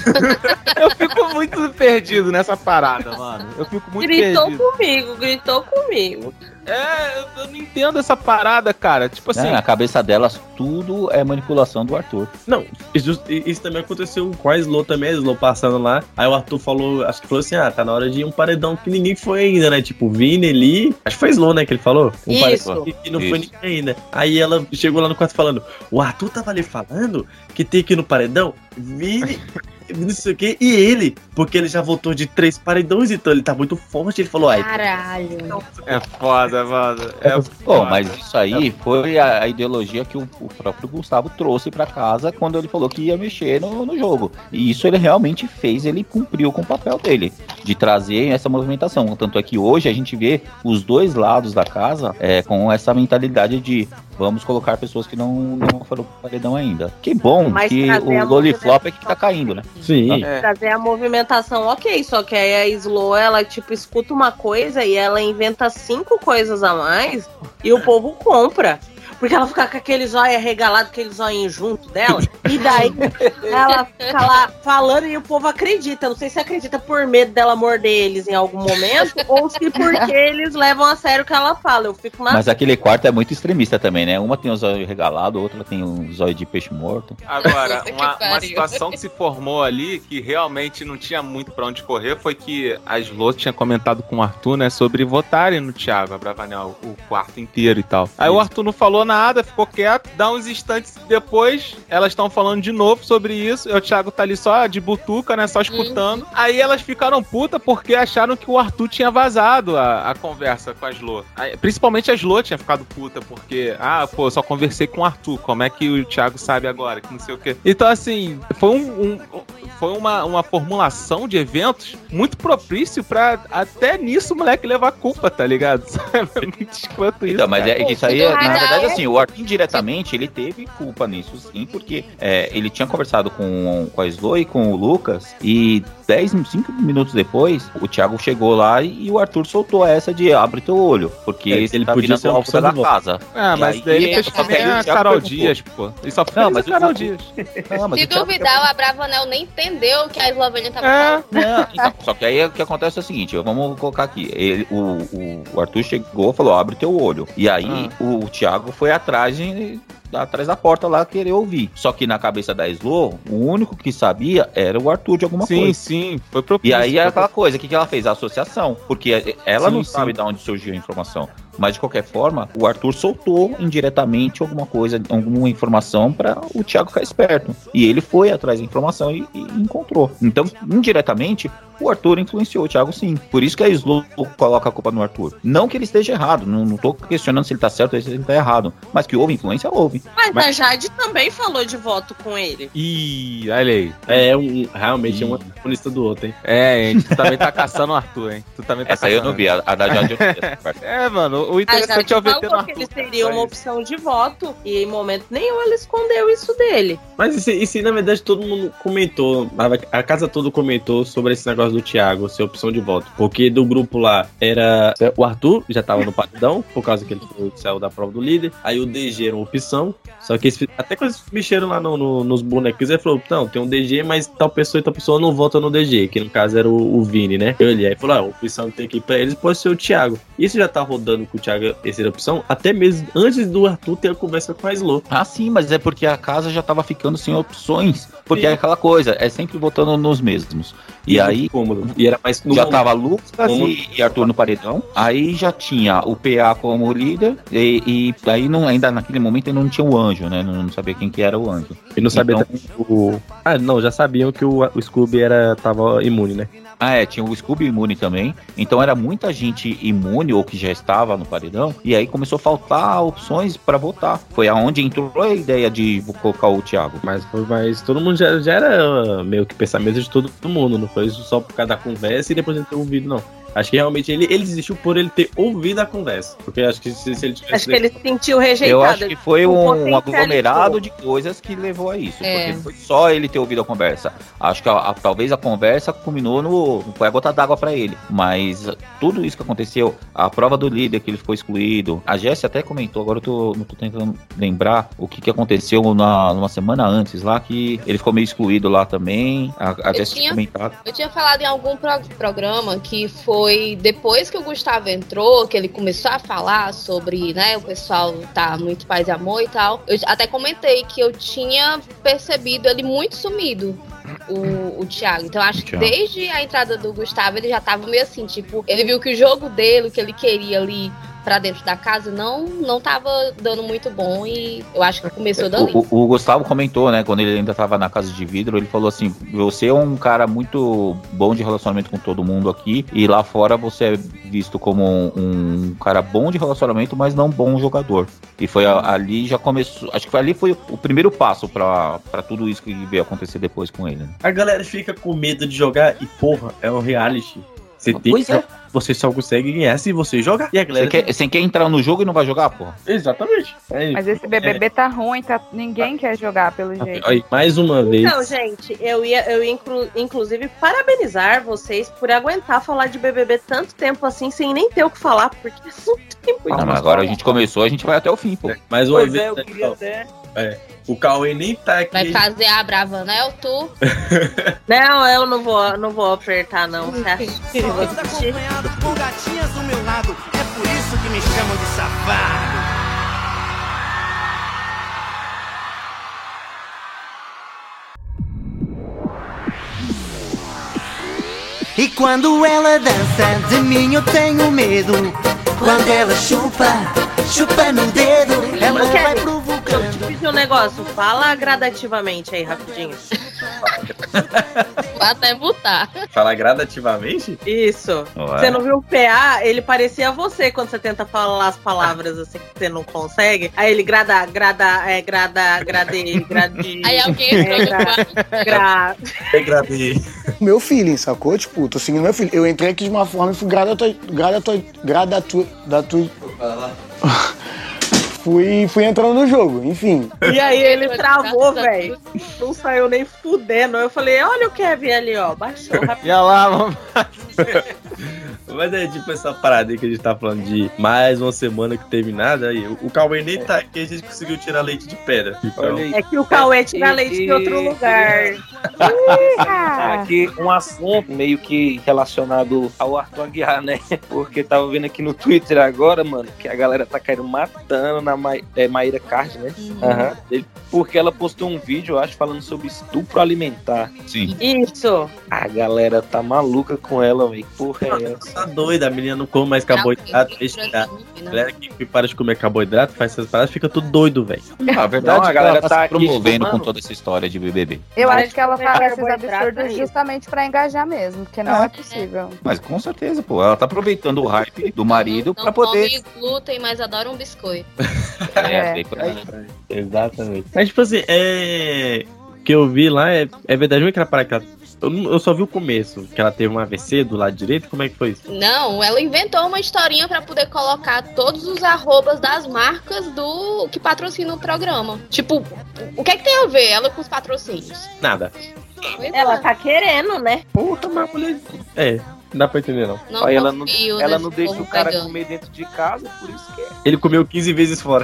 Eu fico muito perdido nessa parada, mano. Eu fico muito perdido. Gritou comigo. Eu não entendo essa parada, cara. Tipo assim... Na cabeça delas, tudo é manipulação do Arthur. Não, isso também aconteceu com a Slow também, a Slow passando lá. Aí o Arthur falou, acho que falou assim, tá na hora de ir um paredão que ninguém foi ainda, né? Tipo, Vini, Eli... Acho que foi Slow, né, que ele falou? Paredão que não foi ninguém ainda. Aí ela chegou lá no quarto falando, o Arthur tava ali falando que tem que ir no paredão, Vini... não sei o que, e ele, porque ele já voltou de 3 paredões, então ele tá muito forte, ele falou, caralho. É foda, mano. Mas isso aí foi a ideologia que o próprio Gustavo trouxe pra casa quando ele falou que ia mexer no jogo. E isso ele realmente fez, ele cumpriu com o papel dele, de trazer essa movimentação. Tanto é que hoje a gente vê os dois lados da casa com essa mentalidade de vamos colocar pessoas que não foram pro paredão ainda. Que bom, mas que o Loliflop é que tá caindo, né? Sim. Trazer a movimentação, ok, só que aí a Slow, ela tipo, escuta uma coisa e ela inventa 5 coisas a mais e o povo compra. porque ela fica com aquele zóio arregalado, aquele zoinho junto dela, e daí ela fica lá falando e o povo acredita. Não sei se acredita por medo dela morder eles em algum momento, ou se porque eles levam a sério o que ela fala. Eu fico na... Mas aquele quarto é muito extremista também, né? Uma tem o zóio regalado, outra tem o zóio de peixe morto. Agora, uma situação que se formou ali, que realmente não tinha muito pra onde correr, foi que a Slo tinha comentado com o Arthur, né, sobre votarem no Thiago Abravanel, o quarto inteiro e tal. Aí o Arthur não falou nada, ficou quieto, dá uns instantes depois, elas estão falando de novo sobre isso, e o Thiago tá ali só de butuca, né, só escutando. Aí elas ficaram putas porque acharam que o Arthur tinha vazado a conversa com a Slo. Aí, principalmente a Slo tinha ficado puta, porque, eu só conversei com o Arthur, como é que o Thiago sabe agora, que não sei o quê. Então, assim, foi uma formulação de eventos muito propício pra até nisso o moleque levar culpa, tá ligado? É muito escroto isso. Então, mas isso aí, na verdade, assim, o Arthur indiretamente, ele teve culpa nisso, sim, porque ele tinha conversado com a Slo e com o Lucas, e 5 minutos depois, o Thiago chegou lá e o Arthur soltou essa de abre teu olho, porque ele tá podia ser uma opção da casa. Mas daí ele fez também a Carol Dias, pô. Ele só fez a Carol Dias. Se duvidar, o Abravanel nem entendeu o que a Eslovênia tava falando. Não, então, só que aí o que acontece é o seguinte, vamos colocar aqui, o Arthur chegou e falou, abre teu olho. E aí o Thiago foi atrás da porta lá querer ouvir. Só que na cabeça da Slo, o único que sabia era o Arthur de alguma coisa. Sim, foi propício. E aí é aquela coisa, o que ela fez? A associação. Porque ela não sabe de onde surgiu a informação. Mas, de qualquer forma, o Arthur soltou indiretamente alguma coisa, alguma informação para o Thiago ficar esperto. E ele foi atrás da informação e encontrou. Então, indiretamente, o Arthur influenciou o Thiago, sim. Por isso que a Slo coloca a culpa no Arthur. Não que ele esteja errado, não tô questionando se ele tá certo ou se ele tá errado. Mas que houve influência, houve. Mas a Jade também falou de voto com ele. Ih, olha aí. Realmente é um comunista do outro, hein? Hein? Tu também tá caçando o Arthur, hein? Tu também tá Essa aí eu não vi, a da Jade eu não vi. Mano, o interessante é o VT no Arthur. Que ele seria uma opção de voto e em momento nenhum ele escondeu isso dele. Mas e na verdade todo mundo comentou, a casa toda comentou sobre esse negócio do Thiago ser opção de voto, porque do grupo lá era o Arthur, já tava no paredão, por causa que ele saiu da prova do líder, aí o DG era uma opção, só que até quando eles mexeram lá nos bonecos, ele falou, não, tem um DG, mas tal pessoa e tal pessoa não vota no DG, que no caso era o Vini, né? Aí falou, a opção que tem aqui pra eles pode ser o Thiago. Isso já tá rodando com o Thiago, essa opção, até mesmo antes do Arthur ter a conversa com a Slo. Sim, mas é porque a casa já tava ficando sem opções, porque é aquela coisa, é sempre votando nos mesmos. E aí, cômodo. E era mais já tava Lucas e Arthur no paredão, aí já tinha o PA como líder, e aí ainda naquele momento ainda não tinha o anjo, né? Não sabia quem que era o anjo. E não sabia já sabiam que o Scooby tava imune, né? Tinha o Scooby imune também, então era muita gente imune ou que já estava no paredão, e aí começou a faltar opções pra votar. Foi aonde entrou a ideia de colocar o Thiago. Mas todo mundo já era meio que pensamento de todo mundo, não foi só por causa da conversa e depois de ter ouvido, não. Acho que realmente ele desistiu por ele ter ouvido a conversa. Porque acho que se ele tivesse... Acho que ele se sentiu rejeitado. Eu acho que foi um aglomerado de coisas que levou a isso. Porque não foi só ele ter ouvido a conversa. Acho que talvez a conversa culminou foi a gota d'água pra ele. Mas tudo isso que aconteceu, a prova do líder que ele ficou excluído, a Jessie até comentou, agora eu não tô tentando lembrar o que aconteceu numa semana antes lá, que ele ficou meio excluído lá também. A Jessie tinha comentado. Eu tinha falado em algum programa que foi depois que o Gustavo entrou, que ele começou a falar sobre, né, o pessoal tá muito paz e amor e tal. Eu até comentei que eu tinha percebido ele muito sumido, o Thiago. Então acho que desde a entrada do Gustavo ele já tava meio assim, tipo, ele viu que o jogo dele, o que ele queria ali pra dentro da casa, não tava dando muito bom, e eu acho que começou dali. O Gustavo comentou, né, quando ele ainda tava na casa de vidro, ele falou assim, você é um cara muito bom de relacionamento com todo mundo aqui, e lá fora você é visto como um cara bom de relacionamento, mas não bom jogador. E foi ali, já começou, acho que ali foi o primeiro passo pra tudo isso que veio acontecer depois com ele. A galera fica com medo de jogar e, porra, é um reality. Você tem que você só consegue ganhar se você jogar. E a galera... Você quer entrar no jogo e não vai jogar, porra? Exatamente. Mas esse BBB tá ruim, ninguém quer jogar pelo jeito. Aí, mais uma vez. Então, gente, eu ia inclusive parabenizar vocês por aguentar falar de BBB tanto tempo assim, sem nem ter o que falar, porque é muito tempo. Não, mas agora a gente começou, a gente vai até o fim, pô. Mais uma Pois vez. é, eu queria até... O Cauê nem tá aqui. Vai fazer a Bravanel, tu? Não, eu não vou apertar, não. Você acha que eu vou assistir? Acompanhado com gatinhas do meu lado, é por isso que me chamam de safado. E quando ela dança, de mim eu tenho medo. Quando ela chupa no dedo, ela vai provocando. Eu te pedi um negócio, fala gradativamente aí, rapidinho. Vai até botar. Fala gradativamente? Isso. Ué. Você não viu o PA? Ele parecia você quando você tenta falar as palavras assim que você não consegue. Aí ele grade. Aí alguém entrou no quarto. Degradei. Meu feeling, sacou? Tipo, tô seguindo meu feeling. Eu entrei aqui de uma forma e fui fui entrando no jogo, enfim. E aí ele travou, velho. Não saiu nem fudendo. Eu falei, olha o Kevin ali, ó. Baixou rápido. E lá, vamos. Mas é tipo essa parada aí que a gente tá falando de mais uma semana que teve nada. Aí o Cauê nem tá aqui, a gente conseguiu tirar leite de pedra. Então... É que o Cauê tira leite de outro lugar. Aqui um assunto meio que relacionado ao Arthur Aguiar, né? Porque tava vendo aqui no Twitter agora, mano, que a galera tá caindo matando na Maíra Card, né? Porque ela postou um vídeo, eu acho, falando sobre estupro alimentar. Sim. Isso. A galera tá maluca com ela, velho. Porra, é essa? Tá doida, a menina não come mais carboidrato. A galera que para de comer carboidrato, faz essas paradas, fica tudo doido, velho. A verdade Não, a é que galera ela tá tá se aqui promovendo com estudando. toda essa história de BBB. Eu acho que ela fala esses carboidrato absurdos aí. justamente pra engajar mesmo, porque não é possível. Mas com certeza, pô, ela tá aproveitando o hype do marido Não pra poder... come glúten, mas adora um biscoito. Bem por aí. Exatamente. Mas, tipo assim, o que eu vi lá é verdade, não é aquela parada que ela... Eu só vi o começo, que ela teve um AVC do lado direito, como é que foi isso? Não, ela inventou uma historinha pra poder colocar todos os arrobas das marcas do que patrocina o programa. Tipo, o que é que tem a ver ela com os patrocínios? Nada. Ela tá querendo, né? Puta, mas mulher... não dá pra entender, não. Não Olha, confio ela nesse não deixa povo o cara vegano. comer dentro de casa, por isso que é. Ele comeu 15 vezes fora.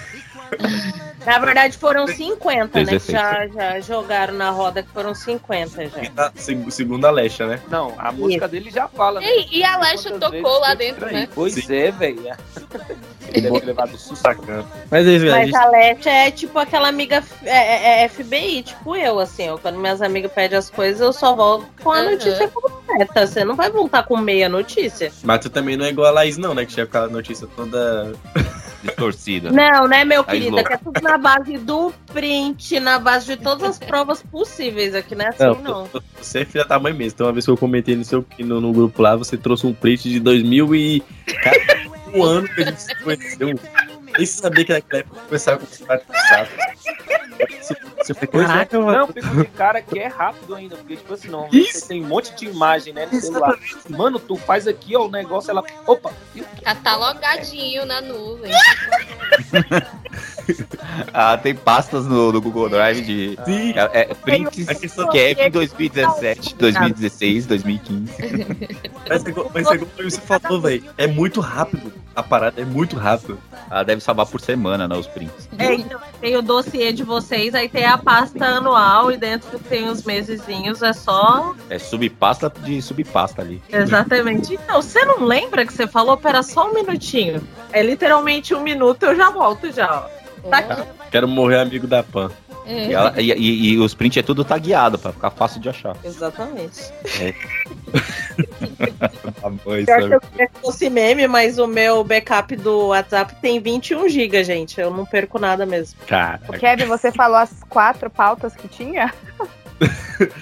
Na verdade foram 50, né? Que 16. já jogaram na roda que foram 50 já. Segundo a Lecha, né? Não, a música dele já fala, né? E a Lesha Quantas tocou vezes lá que dentro, eu- né? Pois Sim. é, velho. Ele deve ter levado sacando. Mas é isso, velho. Mas a Lete é tipo aquela amiga é FBI, tipo eu, assim. Quando minhas amigas pedem as coisas, eu só volto com a notícia completa. Você não vai voltar com meia notícia. Mas tu também não é igual a Laís, não, né? Que tinha aquela notícia toda distorcida. Não, né, meu Aí, querido? louco. Que é tudo na base do print, na base de todas as provas possíveis. Aqui não é assim, não. Você é filha da mãe mesmo. Então, uma vez que eu comentei no grupo lá, você trouxe um print de 2000 e... Cara, um ano que a gente se conheceu. Nem sabia que naquela época eu começava com o passado. Você foi, caraca, mano. Não, fico de cara que é rápido ainda, porque, tipo assim, não, você tem um monte de imagem, né, no celular. Mano, tu faz aqui, ó, o negócio, ela... Opa! Catalogadinho na nuvem. Tem pastas no Google Drive de prints que é em 2017, 2016, 2015. Mas é igual você falou, velho. É muito rápido. A parada é muito rápido. Ela deve salvar por semana, né, os prints. Então, tem o dossiê de vocês, aí tem a pasta anual e dentro tem os mesezinhos, é só... É subpasta de subpasta ali. Exatamente. Então, você não lembra que você falou? Pera só um minutinho. É literalmente 1 minuto, eu já volto já. Ó. Tá aqui. Quero morrer amigo da Pan. E os prints é tudo tagueado pra ficar fácil de achar. Exatamente. Tá bom, isso Pior que eu queria que fosse meme, mas o meu backup do WhatsApp tem 21 GB, gente. Eu não perco nada mesmo. Cara. O Kevin, você falou as 4 pautas que tinha?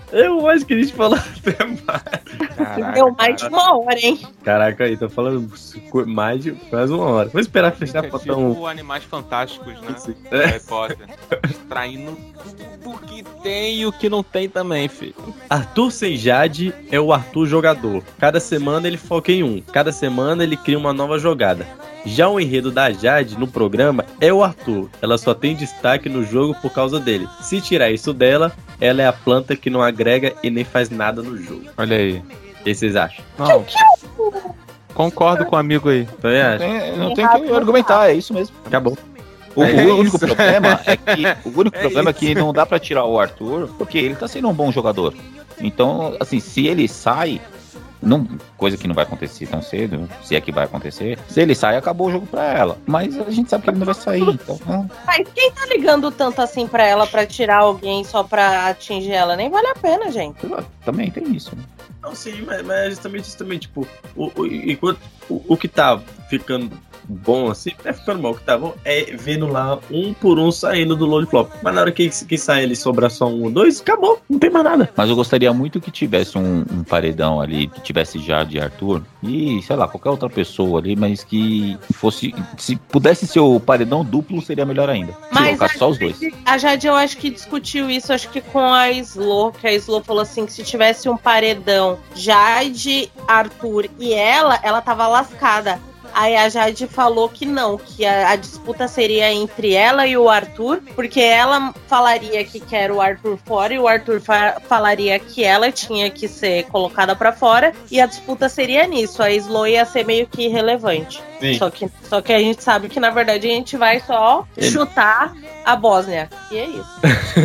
Eu acho que a gente falou até mais. Caraca, deu mais de 1 hora, hein? Caraca, aí, tô falando mais de quase 1 hora. Vou esperar fechar pra botar um... Animais Fantásticos, né? É. Harry Potter. Extraindo tudo que tem e o que não tem também, filho. Arthur sem Jade é o Arthur jogador. Cada semana ele foca em um. Cada semana ele cria uma nova jogada. Já o enredo da Jade no programa é o Arthur. Ela só tem destaque no jogo por causa dele. Se tirar isso dela, ela é a planta que não agrega e nem faz nada no jogo. Olha aí. O que vocês acham? Não. Concordo com o amigo aí. Também acho. Não tem o que argumentar, é isso mesmo. Acabou. O único problema é que não dá pra tirar o Arthur, porque ele tá sendo um bom jogador. Então, assim, se ele sai, coisa que não vai acontecer tão cedo, se é que vai acontecer, se ele sai, acabou o jogo pra ela. Mas a gente sabe que ele não vai sair, então... Mas quem tá ligando tanto assim pra ela pra tirar alguém só pra atingir ela? Nem vale a pena, gente. Também tem isso, né? Não, sim, mas é justamente isso também, tipo, enquanto o que tá ficando bom assim, é ficando bom, o que tá bom é vendo lá um por um saindo do Lollipop. Mas na hora que sai ele sobrar só 1 ou 2, acabou, não tem mais nada. Mas eu gostaria muito que tivesse um paredão ali, que tivesse Jade e Arthur, e sei lá, qualquer outra pessoa ali, mas que fosse, se pudesse ser o paredão duplo, seria melhor ainda. Mas só os dois. A Jade, eu acho que discutiu isso, acho que com a Slo, que a Slo falou assim, que se tivesse um paredão Jade, Arthur e ela tava lascada. Aí a Jade falou que não, que a disputa seria entre ela e o Arthur, porque ela falaria que quer o Arthur fora e o Arthur falaria que ela tinha que ser colocada pra fora, e a disputa seria nisso, a Slo ia ser meio que irrelevante. Só que a gente sabe que na verdade a gente vai só chutar a Bósnia, e é isso.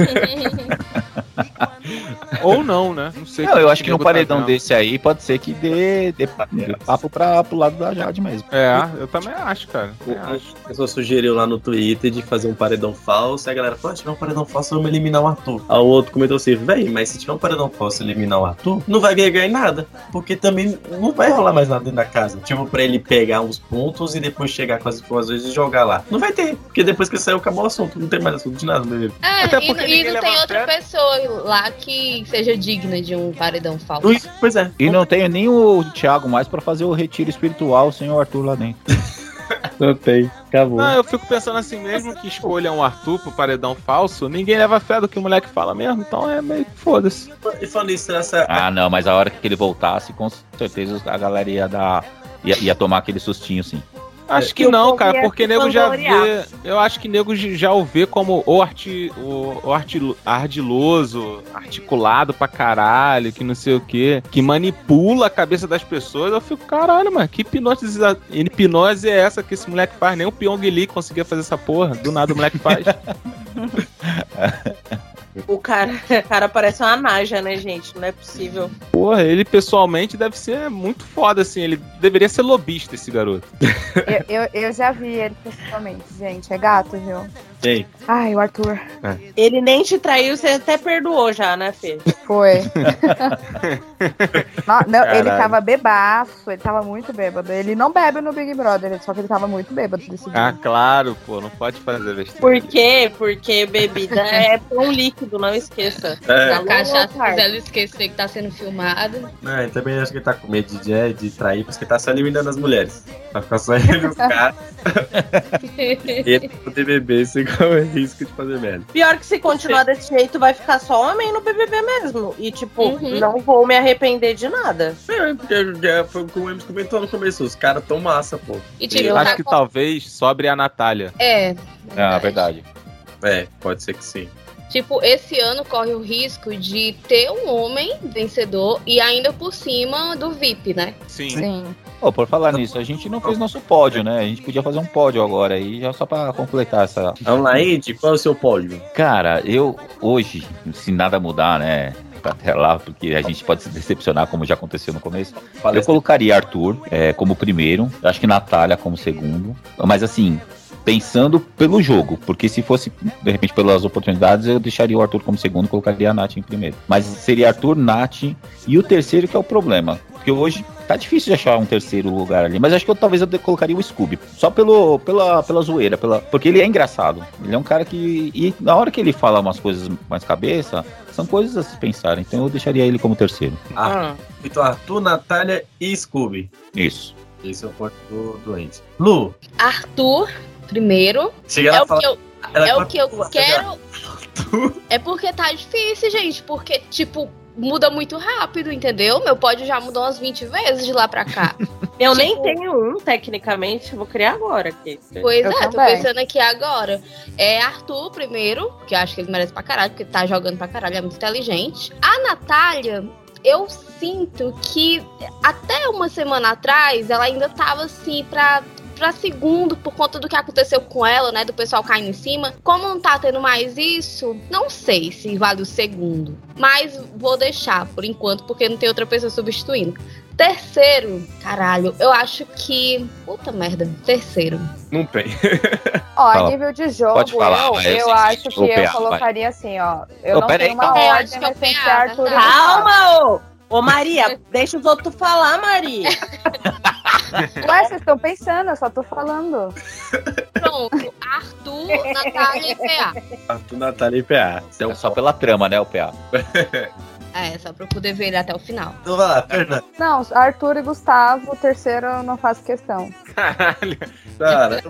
Ou não, né? Não sei. Não, eu acho que no paredão desse aí pode ser que dê papo pro lado da Jade mesmo. Eu também acho, cara. A pessoa sugeriu lá no Twitter de fazer um paredão falso, e a galera falou, se tiver um paredão falso, vamos eliminar o Arthur. Aí o outro comentou assim, véi, mas se tiver um paredão falso e eliminar o Arthur, não vai ganhar em nada, porque também não vai rolar mais nada dentro da casa. Tipo, pra ele pegar uns pontos e depois chegar com as informações e jogar lá. Não vai ter, porque depois que saiu, acabou o assunto, não tem mais assunto de nada, bebê. Até porque e não tem outra pessoa lá que seja digna de um paredão falso. Pois é. E não tem nem o Thiago mais pra fazer o retiro espiritual sem o Arthur lá dentro. Não tem, acabou. Não, eu fico pensando assim, mesmo que escolha um Arthur pro paredão falso, ninguém leva fé do que o moleque fala mesmo, então é meio que foda-se. E falando isso, não, mas a hora que ele voltasse, com certeza a galera ia tomar aquele sustinho, sim. Acho que não, cara, porque nego já vê. Eu acho que nego já o vê como o ardiloso, articulado pra caralho, que não sei o quê, que manipula a cabeça das pessoas. Eu fico, caralho, mano, que hipnose é essa que esse moleque faz? Nem o Pyong Lee conseguia fazer essa porra. Do nada o moleque faz. O cara parece uma naja, né, gente? Não é possível. Porra, ele pessoalmente deve ser muito foda, assim. Ele deveria ser lobista, esse garoto. Eu já vi ele pessoalmente, gente. É gato, viu? Quem? Ai, o Arthur. Ele nem te traiu, você até perdoou já, né, Fê? Foi. Não, ele tava bebaço, ele tava muito bêbado. Ele não bebe no Big Brother, só que ele tava muito bêbado desse dia. Ah, claro, pô, não pode fazer besteira. Por quê? Porque bebida é pão líquido, não esqueça. A cachaça faz ela esquecer que tá sendo filmado. Não, eu também acho que ele tá com medo de trair, porque ele tá só eliminando as mulheres. Vai ficar só ele os caras. Ele poder beber sem correr risco de fazer merda. Pior que se continuar desse jeito, vai ficar só homem no BBB mesmo. E tipo, não vou me arrepender de nada. Porque foi o que o Emerson comentou no começo. Os caras tão massa, pô. E, tipo, eu acho que talvez sobre a Natália. Verdade. Pode ser que sim. Tipo, esse ano corre o risco de ter um homem vencedor e ainda por cima do VIP, né? Sim. Por falar nisso, a gente não fez nosso pódio, né? A gente podia fazer um pódio agora aí, já só pra completar essa... Vamos lá, Ed, qual é o seu pódio? Cara, eu hoje, se nada mudar, né? Até lá, porque a gente pode se decepcionar, como já aconteceu no começo. Eu colocaria Arthur como primeiro, acho que Natália como segundo, mas assim... Pensando pelo jogo, porque se fosse, de repente, pelas oportunidades, eu deixaria o Arthur como segundo e colocaria a Nath em primeiro. Mas seria Arthur, Nath e o terceiro que é o problema. Porque hoje Tá difícil de achar um terceiro lugar ali, mas acho que talvez eu colocaria o Scooby. Só pela zoeira, porque ele é engraçado. Ele é um cara que... E na hora que ele fala umas coisas mais cabeça, são coisas a se pensar. Então eu deixaria ele como terceiro. Então Arthur, Natália e Scooby. Isso. Esse é o ponto do doente. Lu. Arthur, primeiro. Chega lá e É o que eu quero. É porque tá difícil, gente. Porque, tipo, muda muito rápido, entendeu? Meu pódio já mudou umas 20 vezes de lá pra cá. Eu nem tenho um, tecnicamente. Vou criar agora aqui. Pois Eu tô também. pensando aqui agora. É Arthur primeiro, que eu acho que ele merece pra caralho, porque tá jogando pra caralho, é muito inteligente. A Natália, eu sinto que até uma semana atrás ela ainda tava assim pra segundo, por conta do que aconteceu com ela, né, do pessoal caindo em cima. Como não tá tendo mais isso, não sei se vale o segundo, mas vou deixar por enquanto, porque não tem outra pessoa substituindo. Terceiro, caralho, eu acho que... Puta merda, terceiro. Não tem. Ó, a Fala. nível de jogo, Pode falar, mas eu sim, acho que o eu PA, colocaria assim, ó. Eu não pera aí, tenho uma calma. Eu ordem, acho que é o mas tem que ser PA, Arthur e verdade. Gustavo. Calma, ô Maria, deixa os outros falar, Maria. Ué, vocês estão pensando, eu só tô falando. Pronto, Arthur, Natália e PA. Arthur, Natália e PA. É só pela trama, né, o PA? É, só pra eu poder ver ele até o final. Então vai lá, Fernanda. Não, Arthur e Gustavo, o terceiro eu não faço questão. Caralho. Cara,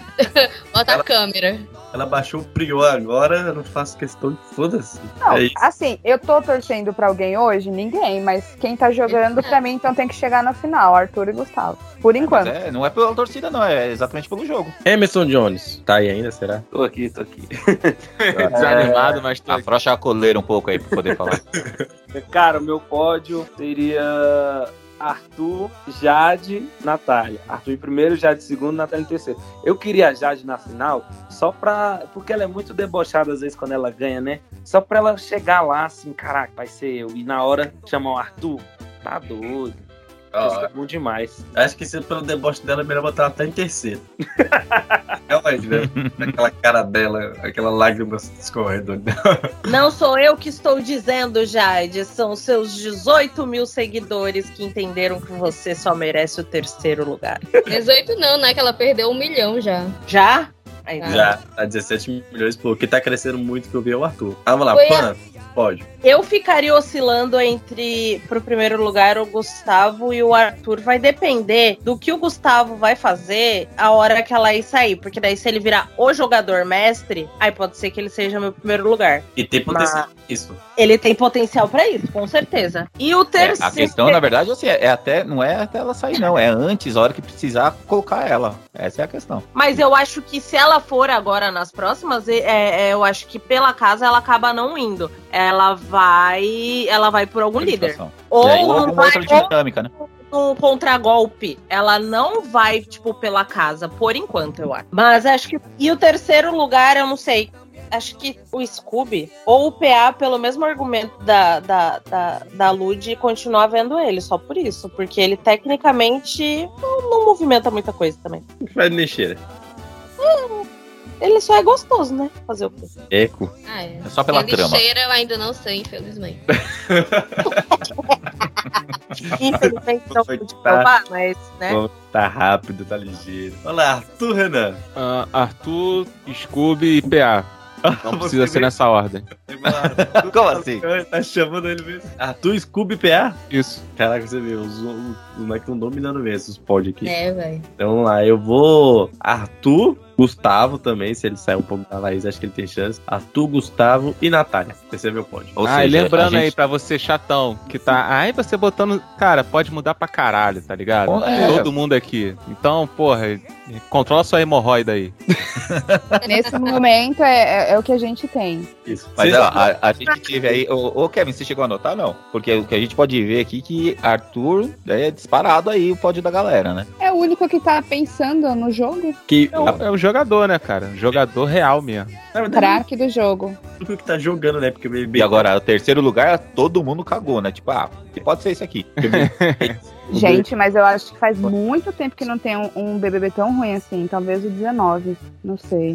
Bota a câmera. ela baixou o Prior agora, eu não faço questão de foda-se. Não, É isso. assim, eu tô torcendo pra alguém hoje? Ninguém, mas quem tá jogando pra mim, então tem que chegar na final, Arthur e Gustavo. Por enquanto. Não é pela torcida, não, é exatamente pelo jogo. Emerson Jones, tá aí ainda, será? Tô aqui. Desanimado, mas tô aqui. Afrouxa a coleira um pouco aí pra poder falar. Cara, o meu pódio seria Arthur, Jade, Natália. Arthur em primeiro, Jade em segundo, Natália em terceiro. Eu queria a Jade na final, só pra... Porque ela é muito debochada às vezes quando ela ganha, né? Só pra ela chegar lá assim, caraca, vai ser eu. E na hora chamar o Arthur, tá doido. Isso é bom demais. Acho que se pelo deboche dela, é melhor botar ela até em terceiro. Realmente, né? Aquela cara dela, aquela lágrima escorrendo. Não sou eu que estou dizendo, Jade. São seus 18 mil seguidores que entenderam que você só merece o terceiro lugar. 18 não, né? Que ela perdeu 1 milhão já. Já? Aí, Já, tá 17 milhões, pô. O que tá crescendo muito que eu vi é o Arthur. Vamos lá, Foi Pan, pode. Eu ficaria oscilando entre, pro primeiro lugar, o Gustavo e o Arthur. Vai depender do que o Gustavo vai fazer a hora que a Laís sair. Porque daí, se ele virar o jogador mestre, aí pode ser que ele seja meu primeiro lugar. E tem potencial pra isso. Ele tem potencial pra isso, com certeza. E o terceiro... A questão, na verdade, assim, não é até ela sair, não. É antes, a hora que precisar colocar ela. Essa é a questão. Mas eu acho que se ela for agora nas próximas, eu acho que pela casa ela acaba não indo. Ela vai por algum líder. Ou alguma outra dinâmica, né? Um contragolpe. Ela não vai, tipo, pela casa, por enquanto, eu acho. Mas acho que... E o terceiro lugar, eu não sei. Acho que o Scooby ou o PA, pelo mesmo argumento da Lud, continuar vendo ele, só por isso. Porque ele, tecnicamente, não movimenta muita coisa também. Faz nem cheira. Ele só é gostoso, né? Fazer o quê? Eco. Ah, é. É só pela Ele trama. cheira, eu ainda não sei, infelizmente. Infelizmente não pude provar, mas, né? Tá rápido, tá ligeiro. Olha lá, Arthur, Renan. Arthur, Scooby e PA. Não precisa ser nessa ordem. Como assim? Tá chamando ele mesmo. Arthur, Scooby, PA? Isso. Caraca, você vê, os moleques estão dominando mesmo os pod aqui. É, velho. Então vamos lá, eu vou Arthur, Gustavo também, se ele sair um pouco da Laís, acho que ele tem chance. Arthur, Gustavo e Natália. Esse é meu pódio. Ou E seja, lembrando a aí gente- pra você chatão, que tá... Aí você botando... Cara, pode mudar pra caralho, tá ligado? É. Todo mundo aqui. Então, porra, controla sua hemorroida aí. Nesse momento é o que a gente tem. Isso. Mas Vocês- ó, a gente teve aí. Ô, Kevin, você chegou a anotar, não? Porque o que a gente pode ver aqui é que Arthur é disparado aí o pódio da galera, né? É o único que tá pensando no jogo. que É o jogador, né, cara? Jogador real mesmo. na verdade, Craque do jogo. o único que tá jogando, né? Porque o BBB. E agora, o terceiro lugar, todo mundo cagou, né? Tipo, pode ser esse aqui. Gente, mas eu acho que faz muito tempo que não tem um BBB tão ruim assim. Talvez o 19. Não sei.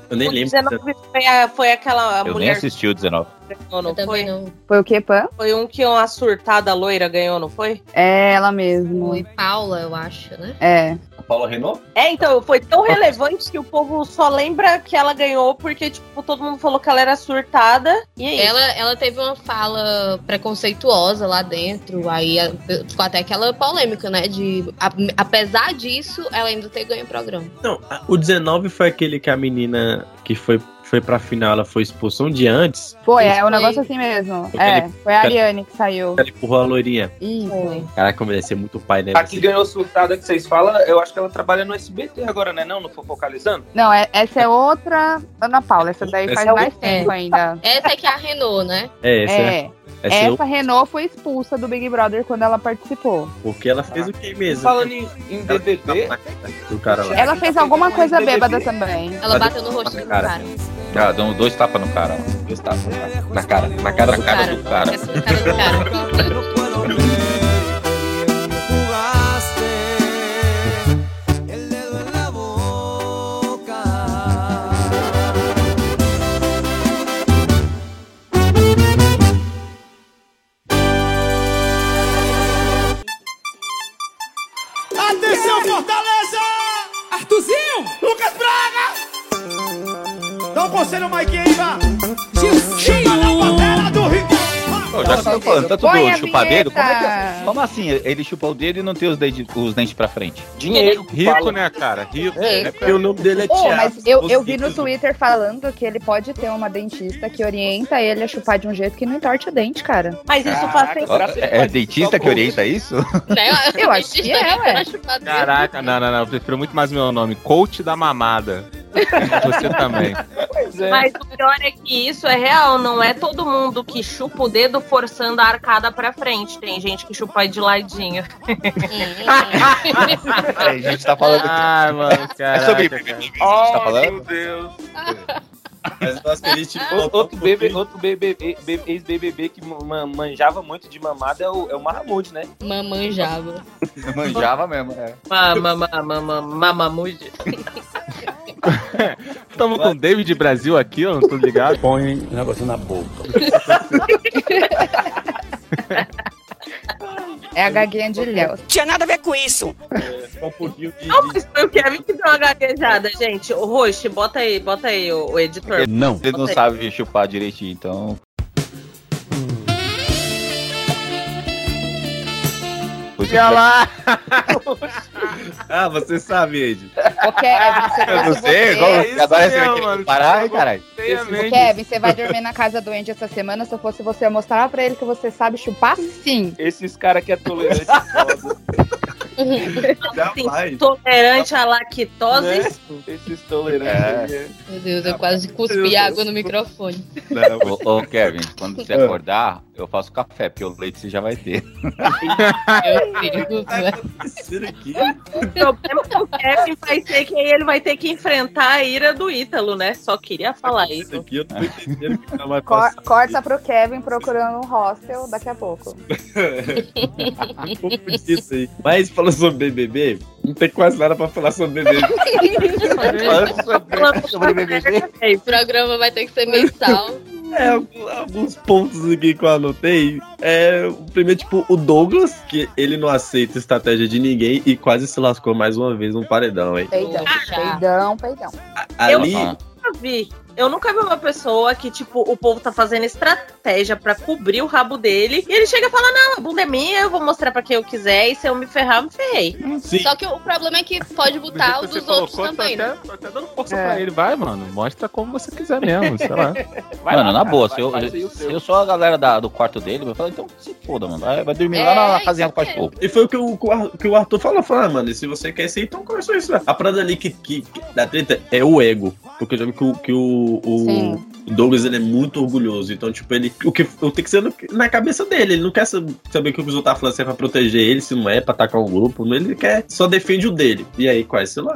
Eu nem O lembro. 19 foi aquela Eu nem mulher assisti o 19. que ganhou, não Eu também foi? não. Foi o quê, Pan? Foi um que uma surtada loira ganhou, não foi? É ela mesmo. Foi Paula, eu acho, né? É. A Paula Renault? É, então, foi tão relevante que o povo só lembra que ela ganhou porque, tipo, todo mundo falou que ela era surtada. E é isso. Ela teve uma fala preconceituosa lá dentro, aí ficou até aquela polêmica, né? Apesar disso, ela ainda ter ganho o programa. Não, o 19 foi aquele que a menina que foi pra final, ela foi expulsa um dia antes. Foi, Isso é um foi- negócio assim mesmo. Foi É, aquele- foi a Ariane que saiu. Ela empurrou a loirinha. Isso. Caraca, como deve ser muito pai, né? A que ganhou surtada que vocês falam, eu acho que ela trabalha no SBT agora, né? Não Fofocalizando? Não, essa é outra Ana Paula. Essa daí faz Essa- mais tempo ainda. Essa é que é a Renault, né? É, essa É. essa Essa Renault foi expulsa do Big Brother quando ela participou. porque ela fez o que mesmo? Falando em BBB, Do cara lá. Ela fez alguma coisa bêbada também. Ela bateu no rosto do cara. Ah, dão 2 tapas no cara. Dois tapas na cara. Na cara do cara. Do cara. Essa é a cara do cara. No puedo creer que jugaste el dedo en la boca. Atenção, Fortaleza! Artuzinho! Lucas Braga! Dá um conselho, Mike Eva! Gilcinho! Na panela do Rio! Pô, já que você tá falando tanto Põe a do chupar dedo, vinheta. como assim? Ele chupou o dedo e não tem os dentes pra frente? dinheiro. Rico, fala. né, cara? Rico. É porque o nome dele é Oh, Thiago. mas eu vi no Os- Twitter falando que ele pode ter uma dentista que orienta ele a chupar de um jeito que não entorte o dente, cara. Mas isso Caraca, faz tempo. Ó, é dentista que orienta isso? Né? Eu acho que é, ué. Caraca, não. Eu prefiro muito mais meu nome. Coach da mamada. Você também. Pois é. Mas o pior é que isso é real, não é todo mundo que chupa o dedo forçando a arcada pra frente. Tem gente que chupa de ladinho. A gente tá falando Ah, mano, é cara. sobre BBB que a gente tá falando? Meu Deus. Mas eu acho que ele, tipo, Outro ex-BBB que manjava muito de mamada é o Mahamud, né? Mamanjava. Eu manjava mesmo, é. Mamamude. Estamos com o David Brasil aqui, eu não tô ligado. Põe o negócio na boca. É a gaguinha de Léo. Tinha nada a ver com isso. um pouquinho de... Não, mas foi o Kevin que deu uma gaguejada, gente. O Roxo, bota aí o editor. Não. Ele não sabe chupar direitinho, então. Olha lá! Ah, você sabe, Ed. Ô, Kevin, você Eu não sei, É agora isso você vai mesmo, querer mano. parar, hein, caralho? Ô, Kevin, você vai dormir na casa do Andy essa semana. Se eu fosse você, eu mostrava pra ele que você sabe chupar sim. Esses caras que é tolerante foda. Jamais. Tolerante à lactose. Né? Esses tolerantes. É. Meu Deus, eu quase cuspi água no microfone. Ô, Kevin, quando você acordar, eu faço café, porque o leite você já vai ter. Meu Deus, velho. O problema com o Kevin vai ser que ele vai ter que enfrentar a ira do Ítalo, né? Só queria falar isso. Aqui eu tô entendendo o que tá mais Corta pro Kevin procurando um hostel daqui a pouco. um pouco disso aí. Mas falando sobre BBB, não tem quase nada pra falar sobre BBB. Sobre BBB. O programa vai ter que ser mensal. Alguns pontos aqui que eu anotei. O primeiro, tipo, o Douglas, que ele não aceita estratégia de ninguém e quase se lascou mais uma vez num paredão, hein? Peidão, peidão. Ali, Eu nunca vi uma pessoa que, tipo, o povo tá fazendo estratégia pra cobrir o rabo dele. E ele chega e fala, não, a bunda é minha, eu vou mostrar pra quem eu quiser. E se eu me ferrar, eu me ferrei. sim. Só que o problema é que pode botar o Você dos outros colocou, também, né? tô até dando força pra ele. Vai, mano. Mostra como você quiser mesmo, sei lá. Vai Mano, lá, na cara, boa, vai ser o se seu. eu sou a galera do quarto dele, eu vou falar, então se foda, mano. Vai dormir lá na É, casinha do isso cachorro. E foi o que o Arthur falou, mano, e se você quer isso aí, então começou isso. A parada ali que da treta é o ego. Porque eu já vi que o Douglas, ele é muito orgulhoso. Então, tipo, o que tem que ser na cabeça dele. Ele não quer saber o que os outros tá falando, se é pra proteger ele, se não é pra atacar um grupo. Ele só defende o dele. E aí, quase se lasca.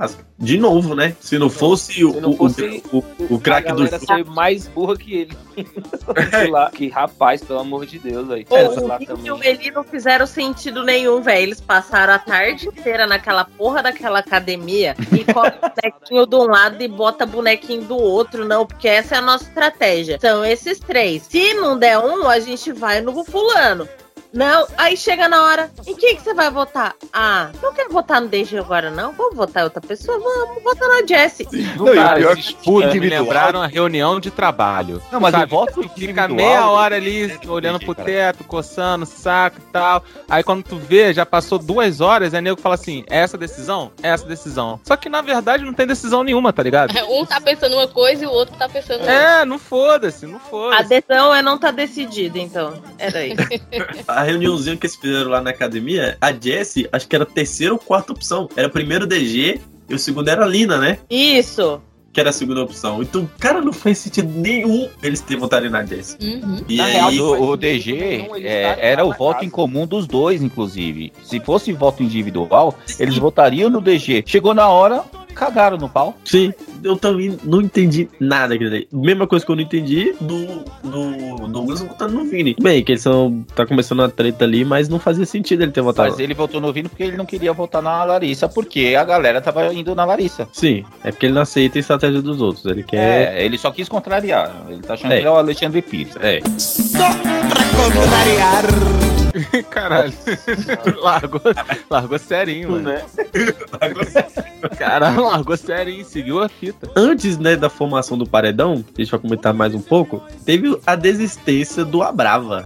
de novo, né? Se não fosse o craque do jogo. Ser mais burra que ele. Sei lá, que rapaz, pelo amor de Deus, aí. O Vini e o Eli não fizeram sentido nenhum, velho. Eles passaram a tarde inteira naquela porra daquela academia e coloca bonequinho de um lado e bota bonequinho do outro, não, porque essa é a nossa estratégia. São esses três. Se não der um, a gente vai no fulano. Não, aí chega na hora, em quem que você vai votar? Ah, não quero votar no DG agora não, vamos votar em outra pessoa, vamos votar na Jessie. Não, cara, esses putos me lembraram a reunião de trabalho. Não, mas sabe, o voto fica meia hora ali, olhando pro teto, coçando o saco e tal, aí quando tu vê, já passou 2 horas, aí nego fala assim, é essa decisão? É essa decisão. Só que na verdade não tem decisão nenhuma, tá ligado? Um tá pensando uma coisa e o outro tá pensando outra. É, não foda-se. A decisão é não tá decidida, então, era isso. A reuniãozinha que eles fizeram lá na academia, a Jessie, acho que era a 3ª ou 4ª opção. Era primeiro o DG e o segundo era a Lina, né? Isso. Que era a segunda opção. Então, cara, não faz sentido nenhum eles terem votado na Jessie. E na aí, real, o DG era o voto em comum dos dois, inclusive. Se fosse voto individual, eles votariam no DG. Chegou na hora, cagaram no pau. Sim, eu também não entendi nada aqui daí. Mesma coisa que eu não entendi do Douglas votando no Vini. Bem, que eles tá começando uma treta ali, mas não fazia sentido ele ter votado. Mas ele votou no Vini porque ele não queria votar na Larissa, porque a galera tava indo na Larissa. Sim, é porque ele não aceita a estratégia dos outros. Ele quer. Ele só quis contrariar. Ele tá achando que é o Alexandre Pires. Só pra contrariar. Caralho. Largou serinho, mano. Né? Caralho, largou serinho, seguiu a fita. Antes, né, da formação do paredão, a gente vai comentar mais um pouco, teve a desistência do Abrava.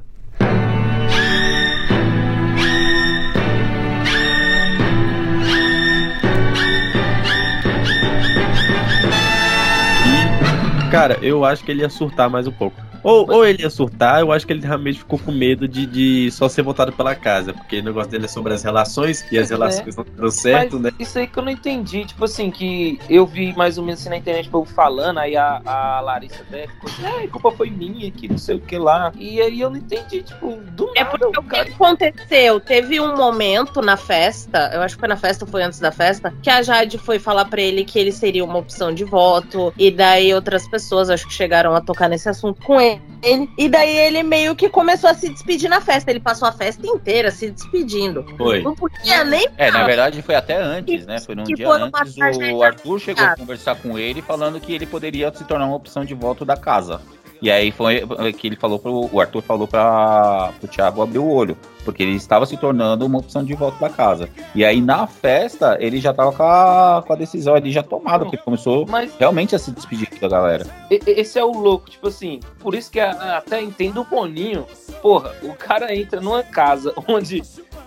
Cara, eu acho que ele ia surtar mais um pouco. Ou ele ia surtar, eu acho que ele realmente ficou com medo de só ser votado pela casa, porque o negócio dele é sobre as relações, e as relações não deram certo, mas né? Isso aí que eu não entendi, tipo assim, que eu vi mais ou menos assim na internet, povo falando, aí a Larissa até ficou assim, a culpa foi minha, que não sei o que lá, e aí eu não entendi, tipo, do nada. É porque o que aconteceu? Teve um momento na festa, eu acho que foi na festa ou foi antes da festa, que a Jade foi falar pra ele que ele seria uma opção de voto, e daí outras pessoas, acho que chegaram a tocar nesse assunto com ele, e daí ele meio que começou a se despedir na festa. Ele passou a festa inteira se despedindo. Foi. Não podia nem na verdade foi até antes, né? Foi num dia antes, o Arthur chegou a conversar com ele falando que ele poderia se tornar uma opção de voto da casa. E aí foi que ele falou o Arthur falou pro Thiago abrir o olho, porque ele estava se tornando uma opção de voto da casa. E aí na festa ele já tava com a decisão ali já tomada, porque começou realmente a se despedir da galera. Esse é o louco, tipo assim, por isso que até entendo o Boninho. Porra, o cara entra numa casa onde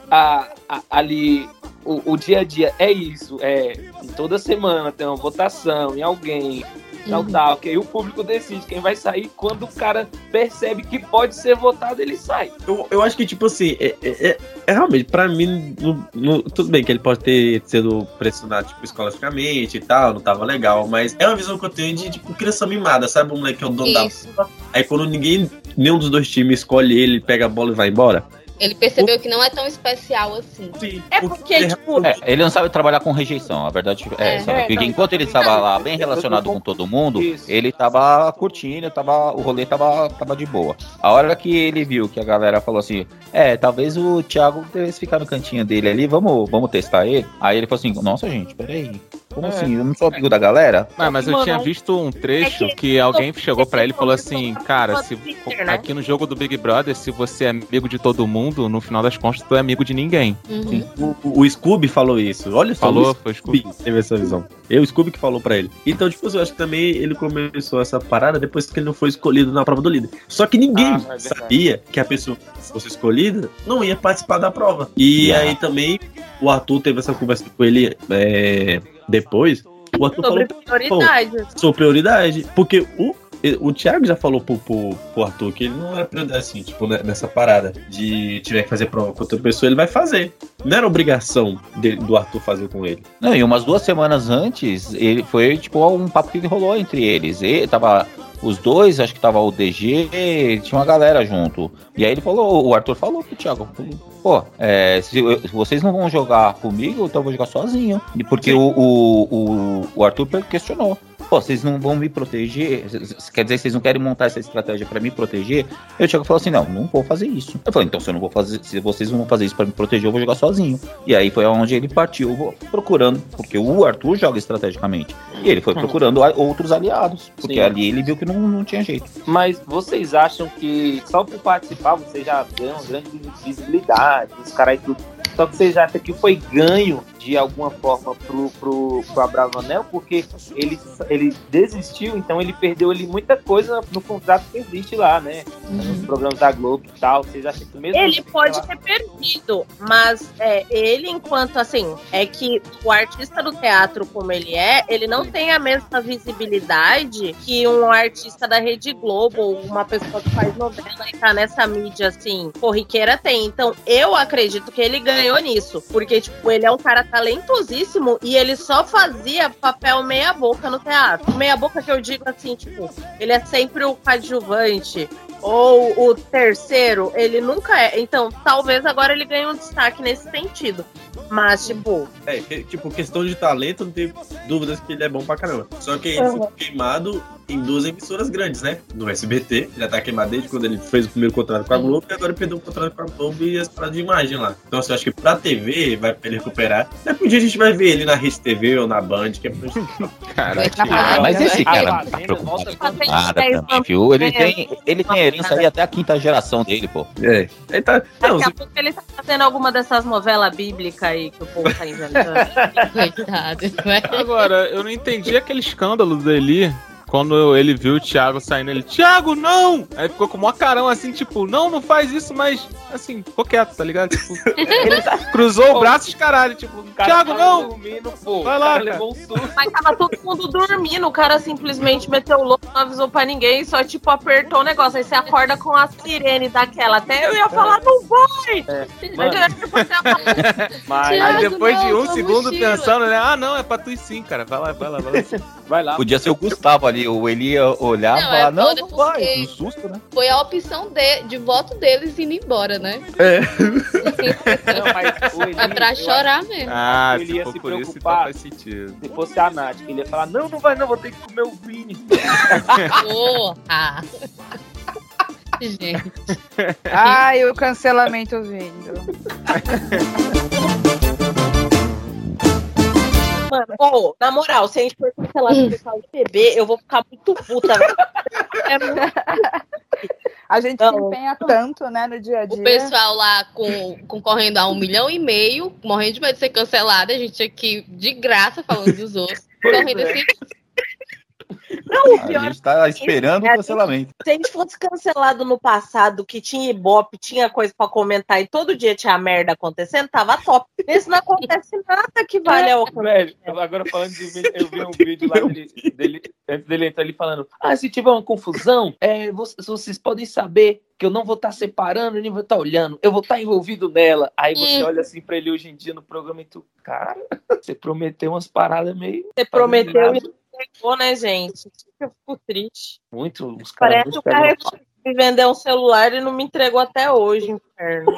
ali o dia a dia é isso, toda semana tem uma votação em alguém, tal, que aí o público decide quem vai sair. Quando o cara percebe que pode ser votado, ele sai. Eu acho que, tipo assim, realmente, pra mim, tudo bem que ele pode ter sido pressionado, tipo, escolasticamente e tal, não tava legal, mas é uma visão que eu tenho de, tipo, criança mimada, sabe? Um moleque que é o dono da bola. Aí quando nenhum dos dois times escolhe ele pega a bola e vai embora. Ele percebeu que não é tão especial assim. Sim, é porque, tipo... ele não sabe trabalhar com rejeição, a verdade sabe? Porque enquanto ele estava lá bem relacionado com todo mundo, ele tava curtindo, o rolê tava de boa. A hora que ele viu que a galera falou assim, talvez o Thiago devesse ficar no cantinho dele ali, vamos testar ele. Aí ele falou assim, nossa gente, peraí, como assim? Eu não sou amigo da galera? Mas eu tinha visto um trecho que alguém chegou pra ele e falou assim, cara, aqui no jogo do Big Brother, se você é amigo de todo mundo, no final das contas, tu é amigo de ninguém. O Scooby falou isso. Olha só, foi o Scooby teve essa visão. O Scooby que falou pra ele. Então, tipo, eu acho que também ele começou essa parada depois que ele não foi escolhido na prova do líder. Só que ninguém sabia que a pessoa que fosse escolhida não ia participar da prova. E aí também o Arthur teve essa conversa com ele depois. O Arthur sobre falou sobre prioridade. Porque o Thiago já falou pro Arthur que ele não era prioridade assim, tipo, nessa parada de tiver que fazer prova com outra pessoa, ele vai fazer. Não era obrigação do Arthur fazer com ele. Não, e umas 2 semanas antes, ele foi tipo um papo que rolou entre eles. Ele tava os dois, acho que tava o DG, tinha uma galera junto. E aí o Arthur falou pro Thiago, pô, se vocês não vão jogar comigo, então eu vou jogar sozinho. E porque o Arthur questionou. Pô, vocês não vão me proteger? Quer dizer, vocês não querem montar essa estratégia pra me proteger? Eu chego e falo assim, não vou fazer isso. Eu falei, então se vocês não vão fazer isso pra me proteger, eu vou jogar sozinho. E aí foi onde ele partiu procurando, porque o Arthur joga estrategicamente. E ele foi procurando outros aliados, porque ali ele viu que não tinha jeito. Mas vocês acham que só por participar vocês já ganham grande visibilidade, os caras e tudo? Só que vocês acham que foi ganho de alguma forma pro Abravanel, porque ele desistiu, então ele perdeu ali muita coisa no contrato que existe lá, né? Nos programas da Globo e tal. Vocês acham que mesmo ele pode ter perdido, mas ele, enquanto assim, é que o artista do teatro como ele não tem a mesma visibilidade que um artista da Rede Globo ou uma pessoa que faz novela e tá nessa mídia assim, corriqueira tem. Então eu acredito que ele ganhou nisso, porque tipo, ele é um cara talentosíssimo e ele só fazia papel meia boca no teatro. Meia boca que eu digo assim, tipo, ele é sempre o coadjuvante ou o terceiro, ele nunca é. Então, talvez agora ele ganhe um destaque nesse sentido. Mas, tipo... questão de talento, não tem dúvidas que ele é bom pra caramba. Só que ele foi queimado em 2 emissoras grandes, né? No SBT, já tá queimado desde quando ele fez o primeiro contrato com a Globo, e agora perdeu o contrato com a Globo e as paradas de imagem lá. Então, assim, eu acho que pra TV, vai pra ele recuperar. Daqui um dia a gente vai ver ele na Rede TV ou na Band, que é pra gente... Caraca, mas esse cara não tá preocupado com nada também, viu? Ele tem herança aí até a 5ª geração dele, pô. Ele tá... Daqui a pouco ele tá fazendo alguma dessas novelas bíblicas aí que o povo tá inventando. Coitado. Agora, eu não entendi aquele escândalo dele. Quando ele viu o Thiago saindo, ele, Thiago, não! Aí ficou com o maior carão, assim, tipo, não faz isso, mas, assim, ficou quieto, tá ligado? Tipo, ele cruzou o braço e caralho, tipo, Thiago, não! Dormindo, pô. Vai lá, levou um susto. Mas tava todo mundo dormindo, o cara simplesmente meteu o louco, não avisou pra ninguém, só, tipo, apertou o negócio. Aí você acorda com a sirene daquela, até eu ia falar, não vai! Mas aí depois de um segundo pensando, né, não, é pra tu ir sim, cara, vai lá. Vai lá. Podia ser o Gustavo ali, ou ele ia olhar e falar, não vai, um susto, né? Foi a opção de voto deles indo embora, né? Não, mas é pra chorar mesmo. Ele ia se preocupar, faz sentido. Se fosse a Nath, ele ia falar, não vai não, vou ter que comer o Vini. Porra! Gente. Ai, o cancelamento vindo. Mano, na moral, se a gente for cancelar o pessoal de bebê, eu vou ficar muito puta, velho. A gente se empenha tanto, né, no dia a dia. O pessoal lá concorrendo a 1,5 milhão, morrendo de medo de ser cancelado, a gente aqui de graça falando dos outros, correndo assim. Não, o pior a gente tá esperando o cancelamento. Se a gente fosse cancelado no passado, que tinha Ibope, tinha coisa pra comentar e todo dia tinha merda acontecendo, tava top. Esse não acontece nada que vale a Velho, agora falando de vídeo, eu vi um vídeo lá dele antes dele entrar ali falando, se tiver uma confusão, vocês podem saber que eu não vou estar separando, nem vou estar olhando, eu vou estar envolvido nela. Aí você olha assim pra ele hoje em dia no programa e tu, cara, você prometeu umas paradas meio... Você prometeu e entregou, né, gente? Eu fico triste. Muito, os caras... Parece o cara me vender um celular e não me entregou até hoje, inferno.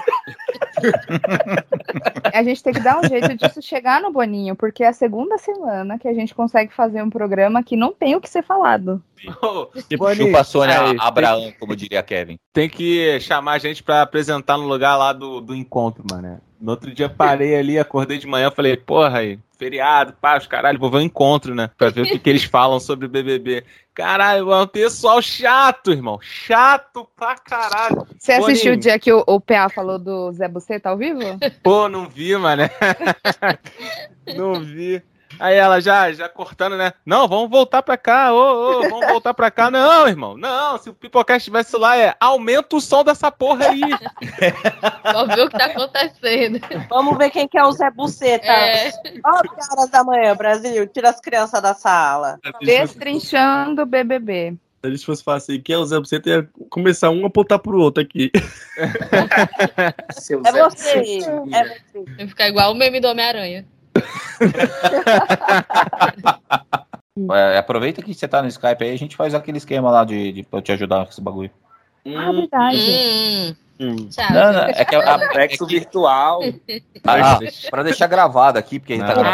A gente tem que dar um jeito disso chegar no Boninho, porque é a 2ª semana que a gente consegue fazer um programa que não tem o que ser falado. Chupa a Sônia Abraão, como diria Kevin. Tem que chamar a gente pra apresentar no lugar lá do encontro, mano. No outro dia parei ali, acordei de manhã, falei, porra aí, feriado, os caralho, vou ver um encontro, né? Pra ver o que eles falam sobre o BBB. Caralho, é um pessoal chato, irmão. Chato pra caralho. Você assistiu o dia que o PA falou do Zé Buceta ao vivo? Pô, não vi, mano. Não vi. Aí ela já cortando, né? Não, vamos voltar pra cá, vamos voltar pra cá. Não, irmão, não, se o Pipocast tivesse lá, aumenta o som dessa porra aí. Vamos ver o que tá acontecendo. Vamos ver quem que é o Zé Buceta. Ó, que horas da manhã, Brasil, tira as crianças da sala. Destrinchando o BBB. Se a gente fosse falar assim, quem é o Zé Buceta, ia começar um a apontar pro outro aqui. É você. Vai ficar igual o meme do Homem-Aranha. Aproveita que você tá no Skype aí, a gente faz aquele esquema lá de te ajudar com esse bagulho. Verdade. Tchau. Não, é que a Sexo virtual. pra deixar gravado aqui, porque a gente tá gravando.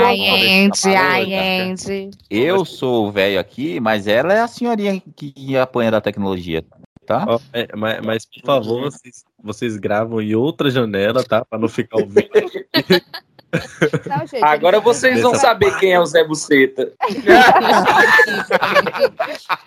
Andy. Eu sou o velho aqui, mas ela é a senhorinha que apanha da tecnologia, tá? Mas por favor, vocês gravam em outra janela, tá? Pra não ficar ouvindo. Não, gente, Agora vocês vão saber quem é o Zé Buceta.